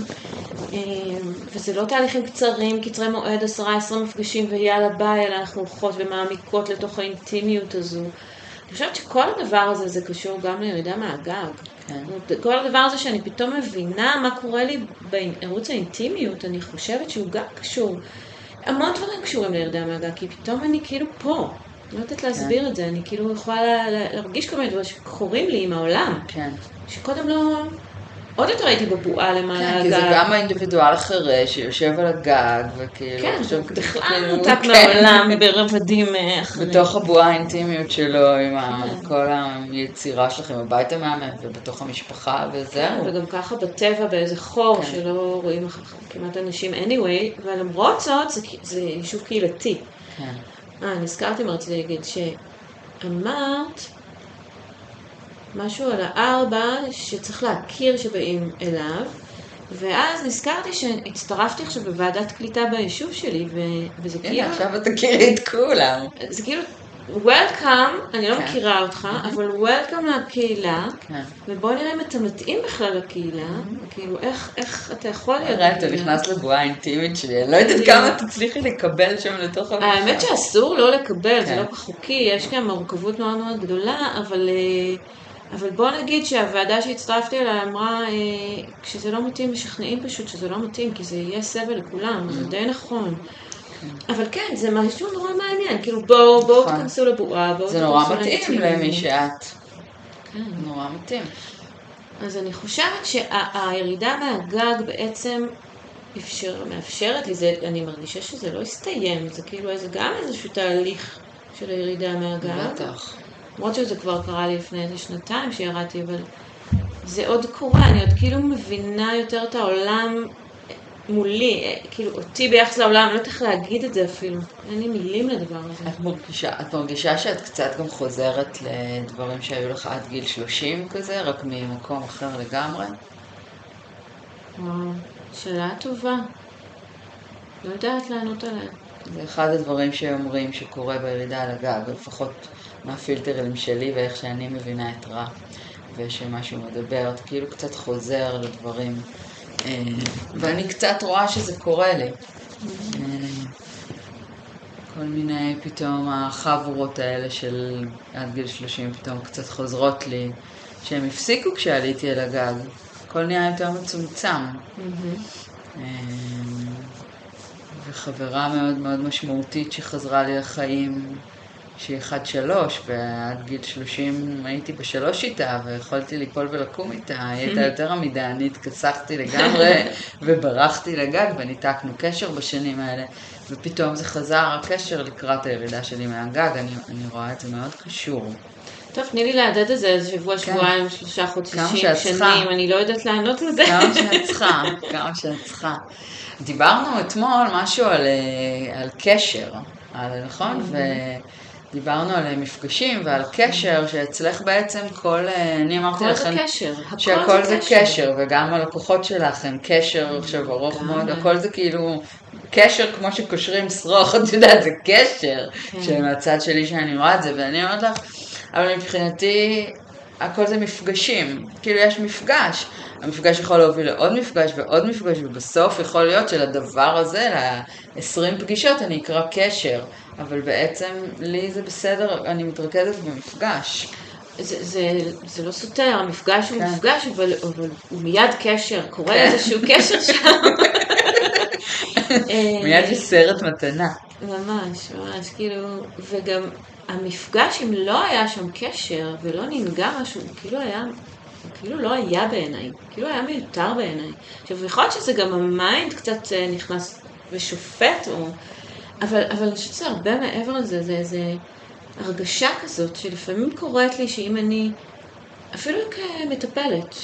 וזה לא תהליכים קצרים, קצרי מועד, 10-20 מפגשים ויאללה ביי, אלא אנחנו הולכות ומעמיקות לתוך האינטימיות הזו. אני חושבת שכל הדבר הזה זה קשור גם לירידה מהגג. כן. כל הדבר הזה שאני פתאום מבינה מה קורה לי בערוץ האינטימיות, אני חושבת שהוא גם קשור. המון דברים קשורים לירידה מהגג, כי פתאום אני כאילו פה. אני לא יודעת להסביר את זה, אני כאילו יכולה להרגיש כל מיני דברים שקורים לי עם העולם. כן. שקודם לא... עוד יותר הייתי בבועה למעלה הגג. כן, כי זה גם האינדיבידואל אחרי שיושב על הגג, וכאילו... כן, בכלל נותק מהעולם ברבדים אחרים. בתוך הבועה האינטימיות שלו, עם כל היצירה שלכם, הבית המאמן, ובתוך המשפחה, וזהו. וגם ככה בטבע באיזה חור, שלא רואים כמעט אנשים anyway, ולמרות זאת, זה יישוב קהילתי. כן. נזכרתי מה רציתי להגיד, שאמרת... משהו על 4 שצריך להכיר שבאים אליו, ואז נזכרתי שהצטרפתי עכשיו בוועדת קליטה ביישוב שלי, וזה כאילו... הנה, עכשיו את תכירי את כולם. זה כאילו, welcome, אני לא מכירה אותך, אבל welcome לקהילה, ובוא נראה אם אתה מתאים בכלל לקהילה, כאילו איך אתה יכול להיות בקהילה. אתה נכנס לבועה האינטימית שלי, אני לא יודעת כמה תצליחי לקבל שם לתוך המחר. האמת שאסור לא לקבל, זה לא חוקי, יש כאן מורכבות מאוד מאוד גדולה, אבל בוא נגיד שהוועדה שהצטרפתי אליה אמרה, כשזה לא מתאים, משכנעים פשוט שזה לא מתאים, כי זה יהיה סבל לכולם, זה די נכון. אבל כן, זה משהו נורא מעניין, כאילו בואו תכנסו לבועה, זה נורא מתאים למי שאת. כן. נורא מתאים. אז אני חושבת שהירידה מהגג בעצם מאפשרת לי, אני מרגישה שזה לא יסתיים, זה כאילו גם איזשהו תהליך של הירידה מהגג. בטח. למרות שזה כבר קרה לי לפני איזה 2 שירדתי, אבל זה עוד קורה, אני עוד כאילו מבינה יותר את העולם מולי, כאילו אותי ביחס לעולם, אני לא יודעת איך להגיד את זה אפילו, אין לי מילים לדבר הזה. את מרגישה שאת קצת גם חוזרת לדברים שהיו לך עד גיל 30 כזה, רק ממקום אחר לגמרי? וואו, שאלה טובה. לא יודעת לענות עליה. זה אחד הדברים שאומרים שקורה בירידה על הגג, לפחות מהפילטרים שלי ואיך שאני מבינה את רע, ושמשהו מדבר, את כאילו קצת חוזר לדברים, ואני קצת רואה שזה קורה לי. כל מיני פתאום החבורות האלה של עד גיל 30 פתאום קצת חוזרות לי, שהם הפסיקו כשעליתי אל הגג, הכל נהיה יותר מצומצם. וחברה מאוד מאוד משמעותית שחזרה לי לחיים, שהיא 1-3, ועד גיל 30 הייתי ב3 איתה, ויכולתי ליפול ולקום איתה, היא הייתה יותר עמידה, אני התכסחתי לגמרי, וברחתי לגג, וניתקנו קשר בשנים האלה, ופתאום זה חזר הקשר לקראת הירידה שלי מהגג, אני רואה את זה מאוד קשור. טוב, תני לי להדד את זה איזה שבוע, שבועיים, 3 חודשים, שנים, אני לא יודעת לענות לזה. כמה שאת צריכה. דיברנו אתמול משהו על קשר, נכון? ודיברנו על מפגשים ועל קשר, שאצלך בעצם אני אמרתי לכם, שהכל זה קשר, וגם הלקוחות שלך הם קשר עכשיו ארוך מאוד, הכל זה כאילו קשר כמו שקושרים שרוך, את יודעת, זה קשר, שמהצד שלי שאני רואה את זה, ואני אומרת לך, אבל מבחינתי הכל זה מפגשים, כאילו יש מפגש, המפגש יכול להוביל לעוד מפגש ועוד מפגש, ובסוף יכול להיות שלדבר הזה, ל-20 פגישות, אני אקרא קשר, אבל בעצם לי זה בסדר, אני מתרכזת במפגש. זה לא סותר, המפגש הוא מפגש, אבל הוא מיד קשר, קורה איזשהו קשר שם. מיד יש סרט מתנה. ממש, כאילו, וגם המפגש, אם לא היה שם קשר ולא ננגע משהו, כאילו לא היה בעיניי, כאילו היה מיותר בעיניי. עכשיו, יכול להיות שזה גם המיינד קצת נכנס ושופט, אבל אני חושבת שזה הרבה מעבר לזה, זה איזו הרגשה כזאת, שלפעמים קוראת לי שאם אני, אפילו כמטפלת,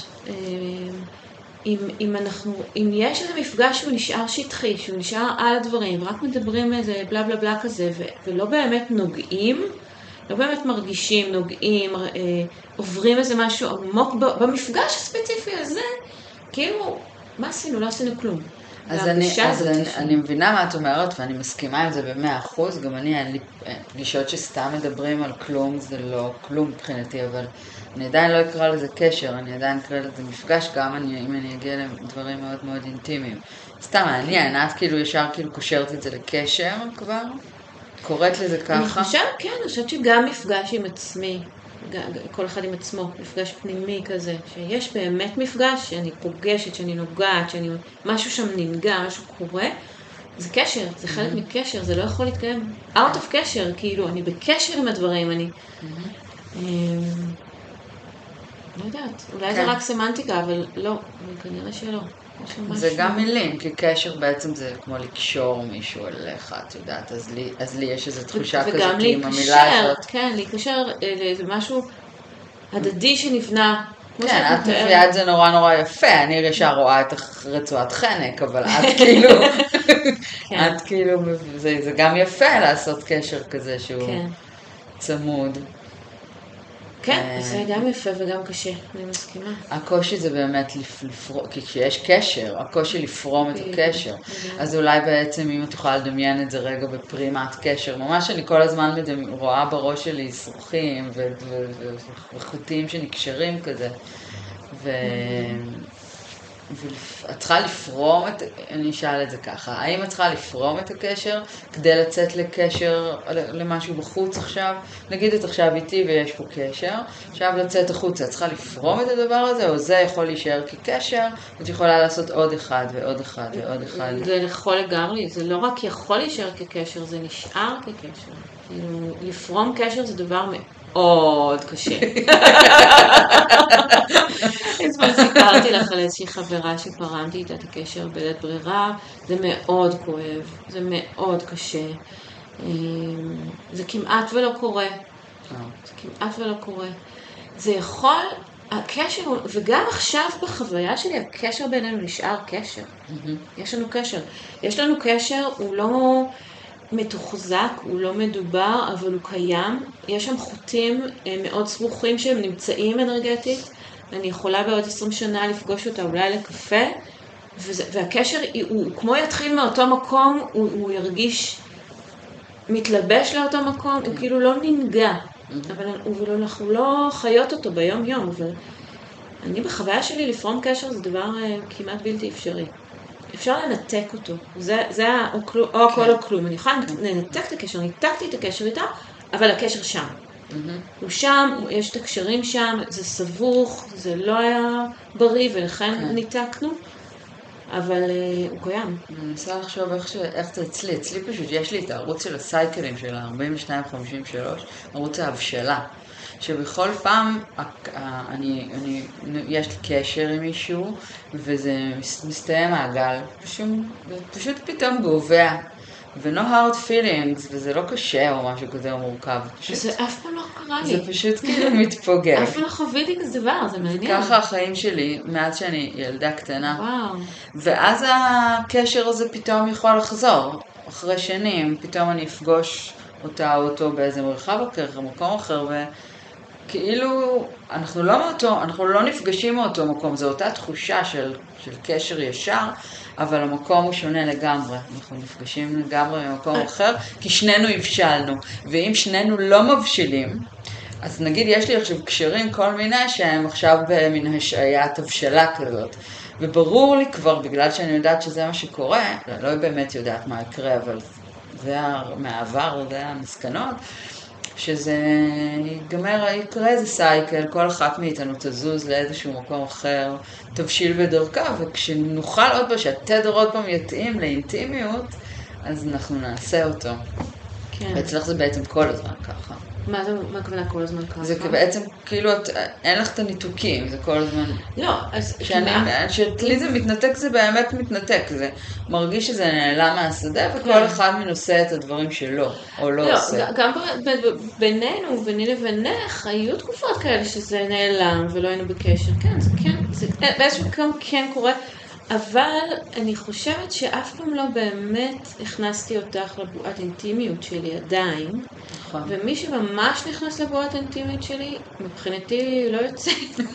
אם יש איזה מפגש שהוא נשאר שטחי, שהוא נשאר על הדברים, רק מדברים איזה בלה בלה בלה כזה, ולא באמת נוגעים, לא באמת מרגישים, נוגעים, עוברים איזה משהו עמוק במפגש הספציפי הזה, כאילו, מה עשינו? לא עשינו כלום. אז אני מבינה מה את אומרת, ואני מסכימה עם זה ב100%, גם אין לי פגישות שסתם מדברים על כלום, זה לא כלום מבחינתי, אבל אני עדיין לא אקרא לזה קשר, אני עדיין אקרא לזה מפגש, גם אם אני אגיע לדברים מאוד מאוד אינטימיים. סתם, את כאילו ישר כאילו קושרת את זה לקשר כבר? קוראת לזה ככה? אני חושבת שגם מפגש עם עצמי, כל אחד עם עצמו, מפגש פנימי כזה, שיש באמת מפגש, שאני פוגשת, שאני נוגעת, משהו שם ננגע, משהו קורה, זה קשר, זה חלק מקשר, זה לא יכול להתקיים. out of קשר, כאילו, אני בקשר עם הדברים, אני לא יודעת, אולי זה רק סמנטיקה, אבל לא, כנראה שלא. זה גם מילים, כי קשר בעצם זה כמו לקשור מישהו אליך, את יודעת, אז לי יש איזו תחושה כזאת עם המילה הזאת. כן, להיקשר למשהו הדדי שנבנה. כן, את מביאה את זה נורא נורא יפה, אני ישר רואה את רצועת חנק, אבל את כאילו, זה גם יפה לעשות קשר כזה שהוא צמוד. כן, זה גם יפה וגם קשה, אני מסכימה. הקושי זה באמת כי כשיש קשר, הקושי לפרום את הקשר. אז אולי בעצם אם את יכולה לדמיין את זה רגע בפרימת קשר, ממש אני כל הזמן רואה בראש שלי שרוכים וחוטים שנקשרים כזה. ואת צריכה לפרום אני אשאל את זה ככה, האם את צריכה לפרום את הקשר כדי לצאת לקשר למשהו בחוץ עכשיו? נגיד את עכשיו איתי ויש פה קשר, עכשיו לצאת החוצה, את צריכה לפרום את הדבר הזה, או זה יכול להישאר כקשר, ואת יכולה לעשות עוד אחד ועוד אחד ועוד אחד. זה יכול לגמרי, זה לא רק יכול להישאר כקשר, זה נשאר כקשר. כאילו, לפרום קשר זה דבר מאוד קשה. אז סיפרתי לך על איזושהי חברה שפרמתי איתה את הקשר בלית ברירה, זה מאוד כואב, זה מאוד קשה, זה כמעט ולא קורה, זה יכול, הקשר, וגם עכשיו בחוויה שלי, הקשר בינינו נשאר קשר, יש לנו קשר, הוא לא מתוחזק, הוא לא מדובר, אבל הוא קיים, יש שם חוטים מאוד סבוכים שהם נמצאים אנרגטית, אני יכולה בעוד 20 שנה לפגוש אותה אולי לקפה, והקשר הוא כמו יתחיל מאותו מקום, הוא ירגיש מתלבש לאותו מקום, הוא כאילו לא ננגע, אבל אנחנו לא חיות אותו ביום יום, אבל אני בחוויה שלי לפרום קשר זה דבר כמעט בלתי אפשרי. אפשר לנתק אותו, זה או הכל או כלום, אני יכולה לנתק את הקשר, ניתקתי את הקשר איתה, אבל הקשר שם. הוא שם, יש את הקשרים שם, זה סבוך, זה לא היה בריא ולכן ניתקנו, אבל הוא קיים. אני מנסה לחשוב איך זה אצלי פשוט, יש לי את הערוץ של הסייקלים של ה-42-53, ערוץ ההבשלה, שבכל פעם יש לי קשר עם מישהו, וזה מסתיים מעגל, פשוט פתאום גובע. ו-no hard feelings, וזה לא קשה או משהו כזה או מורכב. זה אף פעם לא קרה לי. זה פשוט כאילו מתפוגג. אף פעם לא חוויתי כזה דבר, זה מעניין. ככה החיים שלי, מאז שאני ילדה קטנה. וואו. ואז הקשר הזה פתאום יכול לחזור. אחרי שנים, פתאום אני אפגוש אותה או אותו באיזה מרחב אחר, מקום אחר, וכאילו, אנחנו לא נפגשים מאותו מקום, זו אותה תחושה של קשר ישר, אבל המקום הוא שונה לגמרי. אנחנו נפגשים לגמרי ממקום אחר, כי שנינו הבשלנו. ואם שנינו לא מבשילים, אז נגיד יש לי עכשיו קשרים כל מיני שהם עכשיו במין השעיית הבשלה כזאת. וברור לי כבר, בגלל שאני יודעת שזה מה שקורה, לא באמת יודעת מה יקרה, אבל זה מהעבר, זה המסקנות, שזה יקרה איזה סייקל, כל אחת מאיתנו תזוז לאיזשהו מקום אחר, תבשיל בדרכה, וכשנוכל עוד פעם, שהתדר עוד פעם יתאים לאינטימיות, אז אנחנו נעשה אותו. כן. ואצלך זה בעצם כל הזמן ככה. מה הכוונה כל הזמן ככה? זה בעצם כאילו, אין לך את הניתוקים, זה כל הזמן... לא, אז... שלי זה מתנתק, זה באמת מתנתק, זה מרגיש שזה נעלם מהשדה, וכל אחד מנושא את הדברים שלו, או לא עושה. לא, גם בינינו, ביני לבינך, היו תקופות כאלה שזה נעלם, ולא היינו בקשר. כן, זה כן, באיזשהו מקום כן קורה, אבל אני חושבת שאף פעם לא באמת הכנסתי אותך לבועת אינטימיות שלי עדיין. נכון. ומי שממש נכנס לבועת האינטימיות שלי, מבחינתי לא יוצא.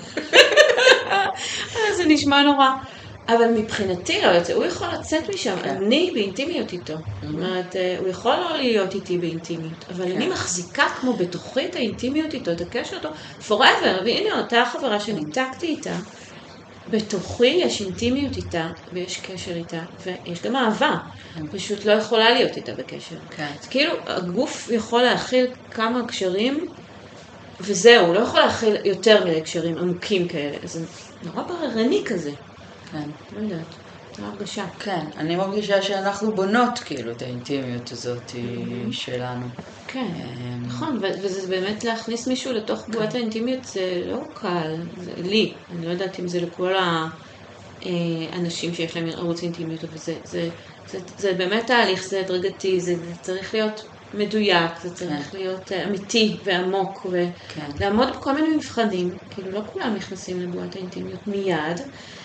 זה נשמע נורא. אבל מבחינתי לא יוצא. הוא יכול לצאת משם. אני באינטימיות איתו. זאת אומרת, הוא יכול לא להיות איתי באינטימיות. אבל אני מחזיקה כמו בתוכי את האינטימיות איתו, את הקשר איתו, forever. והנה אותה חברה שניתקתי איתה. בתוכי יש אינטימיות איתה, ויש קשר איתה, ויש גם אהבה. פשוט לא יכולה להיות איתה בקשר. אז כאילו, הגוף יכול להכיל כמה קשרים, וזהו, לא יכול להכיל יותר מדי קשרים עמוקים כאלה. זה נורא בררני כזה. כן. לא יודעת, זו הרגשה. כן, אני מרגישה שאנחנו בונות כאילו את האינטימיות הזאת שלנו. כן, נכון, וזה באמת להכניס מישהו לתוך בועת האינטימיות, זה לא קל, זה לי, אני לא יודעת אם זה לכל האנשים שיש להם ערוץ אינטימיות, אבל זה באמת תהליך, זה הדרגתי, זה צריך להיות מדויק, זה צריך להיות אמיתי ועמוק, ולעמוד בכל מיני מבחנים, כאילו לא כולם נכנסים לבועת האינטימיות מיד,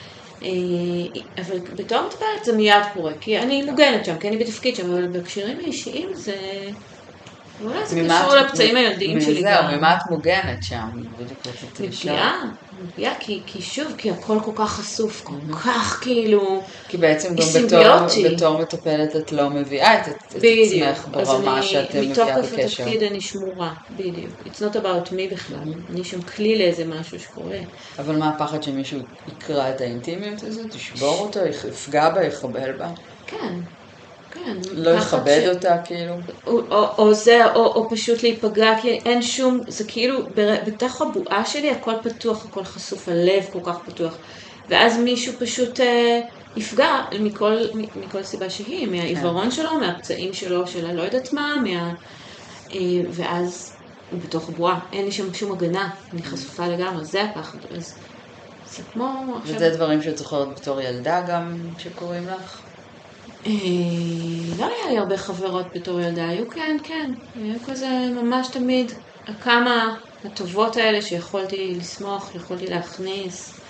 אבל בתור מטפלת זה מיד קורה, כי אני מוגנת שם, כי אני בתפקיד שם, אבל בקשרים האישיים זה... אולי זה קשור לפצעים הילדיים שלי גם. זהו, ממה את מוגנת שם? מפגיעה, כי שוב, כי הכל כל כך חשוף, כל כך כאילו... כי בעצם גם בתור מטפלת את לא מביאה את עצמך ברמה שאתם מביאה בקשר. מתוקף התפקיד אני שמורה, בדיוק. It's not about me בכלל. אני שם כלי לאיזה משהו שקורה. אבל מה הפחד שמישהו יקרא את האינטימיות הזאת, ישבור אותו, יפגע בה, יחבל בה? כן. לא יכבד אותה כאילו? או פשוט להיפגע, כי אין שום, זה כאילו, בתוך הבועה שלי הכל פתוח, הכל חשוף, הלב כל כך פתוח, ואז מישהו פשוט יפגע מכל סיבה שהיא, מהעיוורון שלו, מהפצעים שלו, של לא יודעת מה, ואז הוא בתוך הבועה, אין לי שם שום הגנה, אני חשופה לגמרי, זה הפחד, אז זה כמו... וזה דברים שאת זוכרת בתור ילדה גם שקוראים לך? לא היה לי הרבה חברות בתור ילדה, היו כן, היו כזה ממש תמיד כמה הטובות האלה שיכולתי לסמוך, יכולתי להכניס,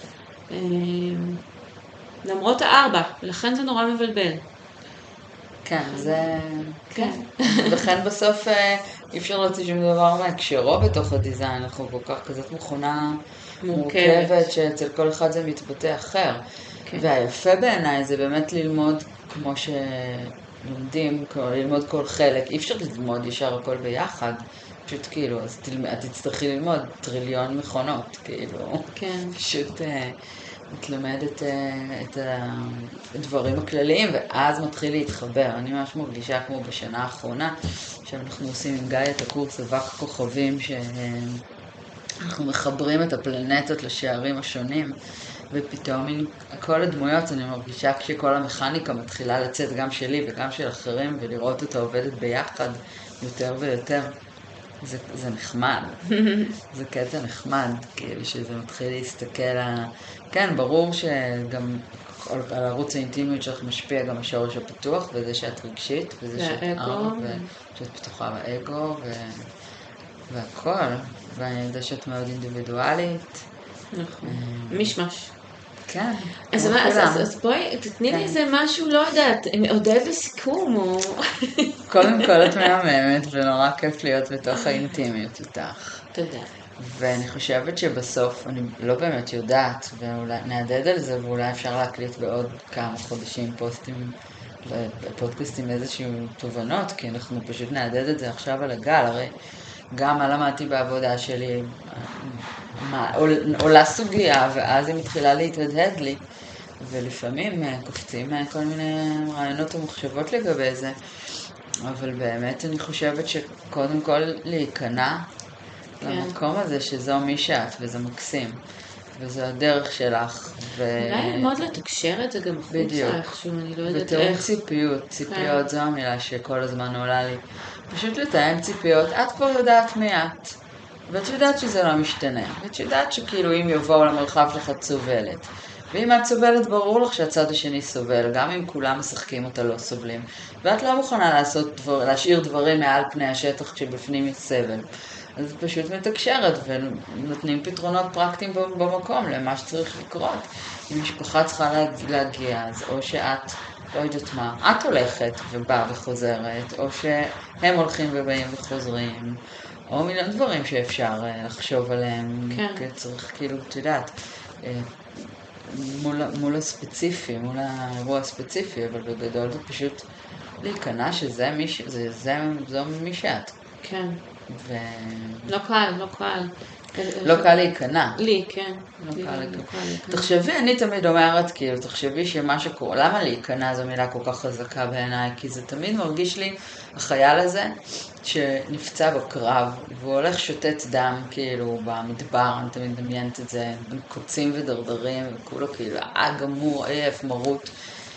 למרות 4, לכן זה נורא מבלבל. כן, זה... כן. וכן בסוף אי אפשר להוציא שום דבר מהקשרו בתוך הדיזיין, אנחנו כל כך כזאת מכונה מורכבת שאצל כל אחד זה מתבטא אחר. והיפה בעיניי זה באמת ללמוד כמו שלומדים, ללמוד כל חלק, אי אפשר ללמוד ישר הכל ביחד, פשוט כאילו, אז את תצטרכי ללמוד טריליון מכונות, כאילו, פשוט את לומדת את הדברים הכלליים, ואז מתחיל להתחבר. אני ממש מרגישה כמו בשנה האחרונה, שאנחנו עושים עם גיא את הקורס אבק כוכבים, שאנחנו מחברים את הפלנטות לשערים השונים, ופתאום כל הדמויות אני מרגישה כשכל המכניקה מתחילה לצאת גם שלי וגם של אחרים, ולראות אותה עובדת ביחד יותר ויותר. זה נחמד. זה קטע נחמד, כאילו שזה מתחיל להסתכל כן, ברור שגם על ערוץ האינטימיות שלך משפיע גם השורש הפתוח, וזה שאת רגשית, וזה שאת ושאת פתוחה באגו, והכל. ואני יודעת שאת מאוד אינדיבידואלית. נכון. משמש. כן. אז בואי, תתני לי איזה משהו, לא יודעת, עודד לסיכום או... קודם כל את מהממת, ונורא כיף להיות בתוך האינטימיות איתך. תודה. ואני חושבת שבסוף, אני לא באמת יודעת, ואולי נעדד על זה, ואולי אפשר להקליט בעוד כמה חודשים פודקאסטים איזשהו תובנות, כי אנחנו פשוט נעדד את זה עכשיו על הגל, הרי גם מה למדתי בעבודה שלי, עולה סוגיה, ואז היא מתחילה להתהדהד לי, ולפעמים קופצים כל מיני רעיונות ומחשבות לגבי זה, אבל באמת אני חושבת שקודם כל להיכנע למקום הזה שזו מי שאת, וזה מקסים, וזו הדרך שלך. אולי ללמוד לתקשר את זה גם חוצה איכשהו, אני לא יודעת איך. ותאום ציפיות זו המילה שכל הזמן עולה לי. פשוט לתאם ציפיות, את כבר יודעת מי את, ואת יודעת שזה לא משתנה, ואת יודעת שכאילו אם יבואו למרחב שלך את סובלת. ואם את סובלת, ברור לך שהצד השני סובל, גם אם כולם משחקים אותה לא סובלים. ואת לא מוכנה להשאיר דברים מעל פני השטח כשבפנים יש סבל. אז פשוט מתקשרת ונותנים פתרונות פרקטיים במקום למה שצריך לקרות. אם משפחה צריכה להגיע, אז או שאת, לא יודעת מה, את הולכת ובאה וחוזרת, או שהם הולכים ובאים וחוזרים, או מיליון דברים שאפשר לחשוב עליהם. כן. צריך כאילו, את יודעת, מול הספציפי, מול האירוע הספציפי, אבל בגדול זה פשוט להיכנע שזה זו מי שאת. כן. לא קל, לא קל. לא קל להיכנע. לי, כן. לא קל להיכנע. תחשבי, אני תמיד אומרת, כאילו, תחשבי שמה שקורה, למה להיכנע זו מילה כל כך חזקה בעיניי? כי זה תמיד מרגיש לי, החייל הזה, שנפצע בקרב, והוא הולך שותת דם, כאילו, במדבר, אני תמיד מדמיינת את זה, קוצים ודרדרים, וכולו כאילו, גמור, עייף, מרות.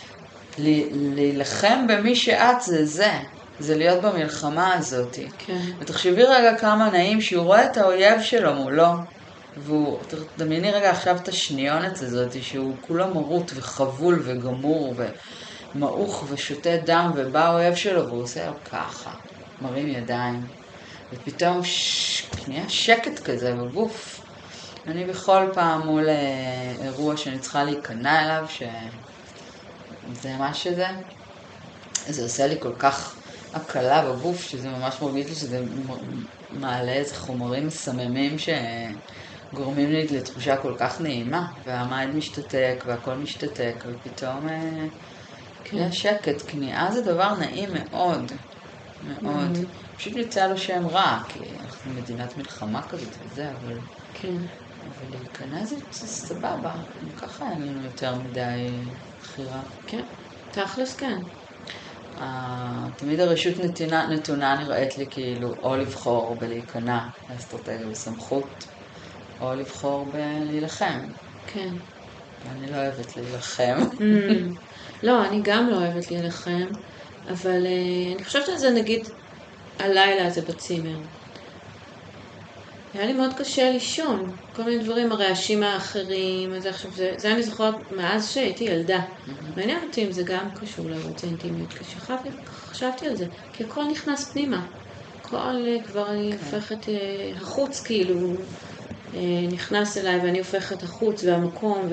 להילחם במי שאת זה להיות במלחמה הזאת. כן. ותחשבי רגע כמה נעים שהוא רואה את האויב שלו מולו, והוא, דמייני רגע עכשיו את השניונת הזאת, שהוא כולו מרות וחבול וגמור ומעוך ושותה דם, ובא האויב שלו והוא עושה לו ככה, מרים ידיים, ופתאום נהיה שקט כזה בגוף. אני בכל פעם מול אירוע שאני צריכה להיכנע אליו, שזה מה שזה, זה עושה לי כל כך הקלה בגוף, שזה ממש מרגיש לי שזה מעלה איזה חומרים מסממים שגורמים לי לתחושה כל כך נעימה, והמייד משתתק והכל משתתק, ופתאום יש שקט. כניעה זה דבר נעים מאוד, מאוד. פשוט יוצא לו שם רע, כי אנחנו מדינת מלחמה כזאת וזה, אבל... כן. אבל להיכנע זה סבבה, ככה אין לנו יותר מדי בחירה. כן, תכלס כן. תמיד הרשות נתונה נראית לי כאילו או לבחור בלהיכנע לאסטרטגיה וסמכות, או לבחור בלהילחם. כן. ואני לא אוהבת להילחם. לא, אני גם לא אוהבת להילחם, אבל אני חושבת על זה נגיד הלילה הזה בצימר. היה לי מאוד קשה לישון, כל מיני דברים, הרעשים האחרים, זה אני זוכרת מאז שהייתי ילדה. מעניין אותי אם זה גם קשור לערוץ האינטימיות, כשחשבתי על זה, כי הכל נכנס פנימה. הכל כבר אני הופכת, החוץ כאילו נכנס אליי ואני הופכת החוץ והמקום,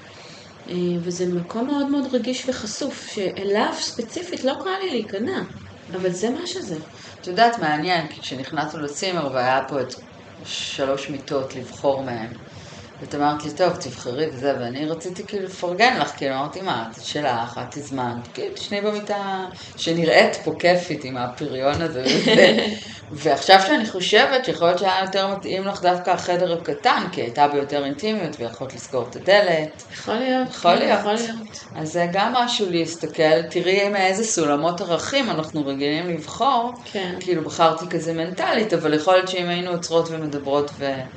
וזה מקום מאוד מאוד רגיש וחשוף, שאליו ספציפית לא קרה לי להיכנע, אבל זה מה שזה. את יודעת, מעניין, כי כשנכנסנו לצימר והיה פה את 3 מיטות לבחור מהם. ואת אמרת לי, טוב, תבחרי וזה, ואני רציתי כאילו לפרגן לך, כאילו אמרתי, מה, את שלך, את הזמנת, כאילו תשני במיטה שנראית פה כיפית עם הפריון הזה וזה. ועכשיו שאני חושבת שיכול להיות שהיה יותר מתאים לך דווקא החדר הקטן, כי הייתה ביותר אינטימיות ויכולת לסגור את הדלת. יכול להיות. יכול להיות. אז זה גם משהו להסתכל, תראי מאיזה סולמות ערכים אנחנו רגילים לבחור. כן. כאילו בחרתי כזה מנטלית, אבל יכול להיות שאם היינו עוצרות ומדברות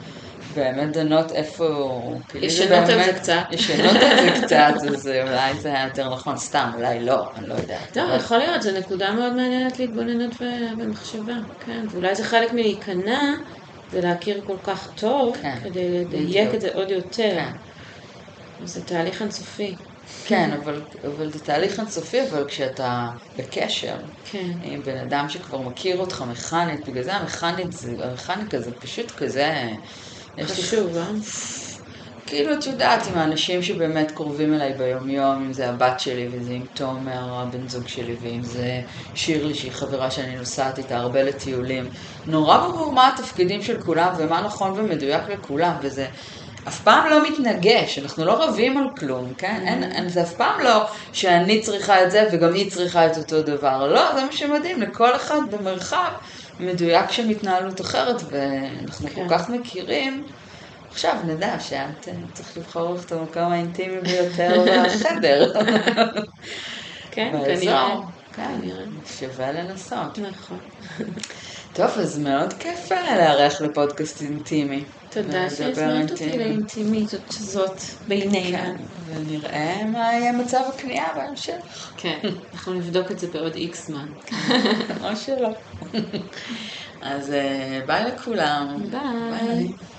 באמת דנות איפה... ישנות על זה קצת. ישנות על זה קצת, אז אולי זה היה יותר נכון, סתם, אולי לא, אני לא יודעת. לא, יכול להיות, זו נקודה מאוד מעניינת להתבוננות ומחשבה, כן, ואולי זה חלק מלהיכנע, זה להכיר כל כך טוב, כדי לדייק את זה עוד יותר. זה תהליך אינסופי. כן, אבל זה תהליך אינסופי, אבל כשאתה בקשר עם בן אדם שכבר מכיר אותך מכנית, בגלל זה המכניקה זה פשוט כזה... חשוב, כאילו את יודעת, עם האנשים שבאמת קרובים אליי ביום-יום, אם זה הבת שלי וזה עם תומר, הבן זוג שלי, ואם זה שירלי שהיא חברה שאני נוסעת איתה הרבה לטיולים. נורא ברור מה התפקידים של כולם ומה נכון ומדויק לכולם, וזה אף פעם לא מתנגש, אנחנו לא רבים על כלום, כן? זה אף פעם לא שאני צריכה את זה וגם היא צריכה את אותו דבר. לא, זה מה שמדהים, לכל אחד במרחב מדויק שם התנהלות אחרת, ואנחנו כל כך מכירים. עכשיו נדע שאת צריך לבחור לך את המקום האינטימי ביותר בחדר. כן, כנראה. כנראה. שווה לנסות. נכון. טוב, אז מאוד כיף לארח לפודקאסט אינטימי. תודה שהזמנת אותי לאינטימית הזאת בינינו. ונראה מה יהיה מצב הקנייה בהמשך. כן, אנחנו נבדוק את זה בעוד איקס זמן. או שלא. אז ביי לכולם. ביי.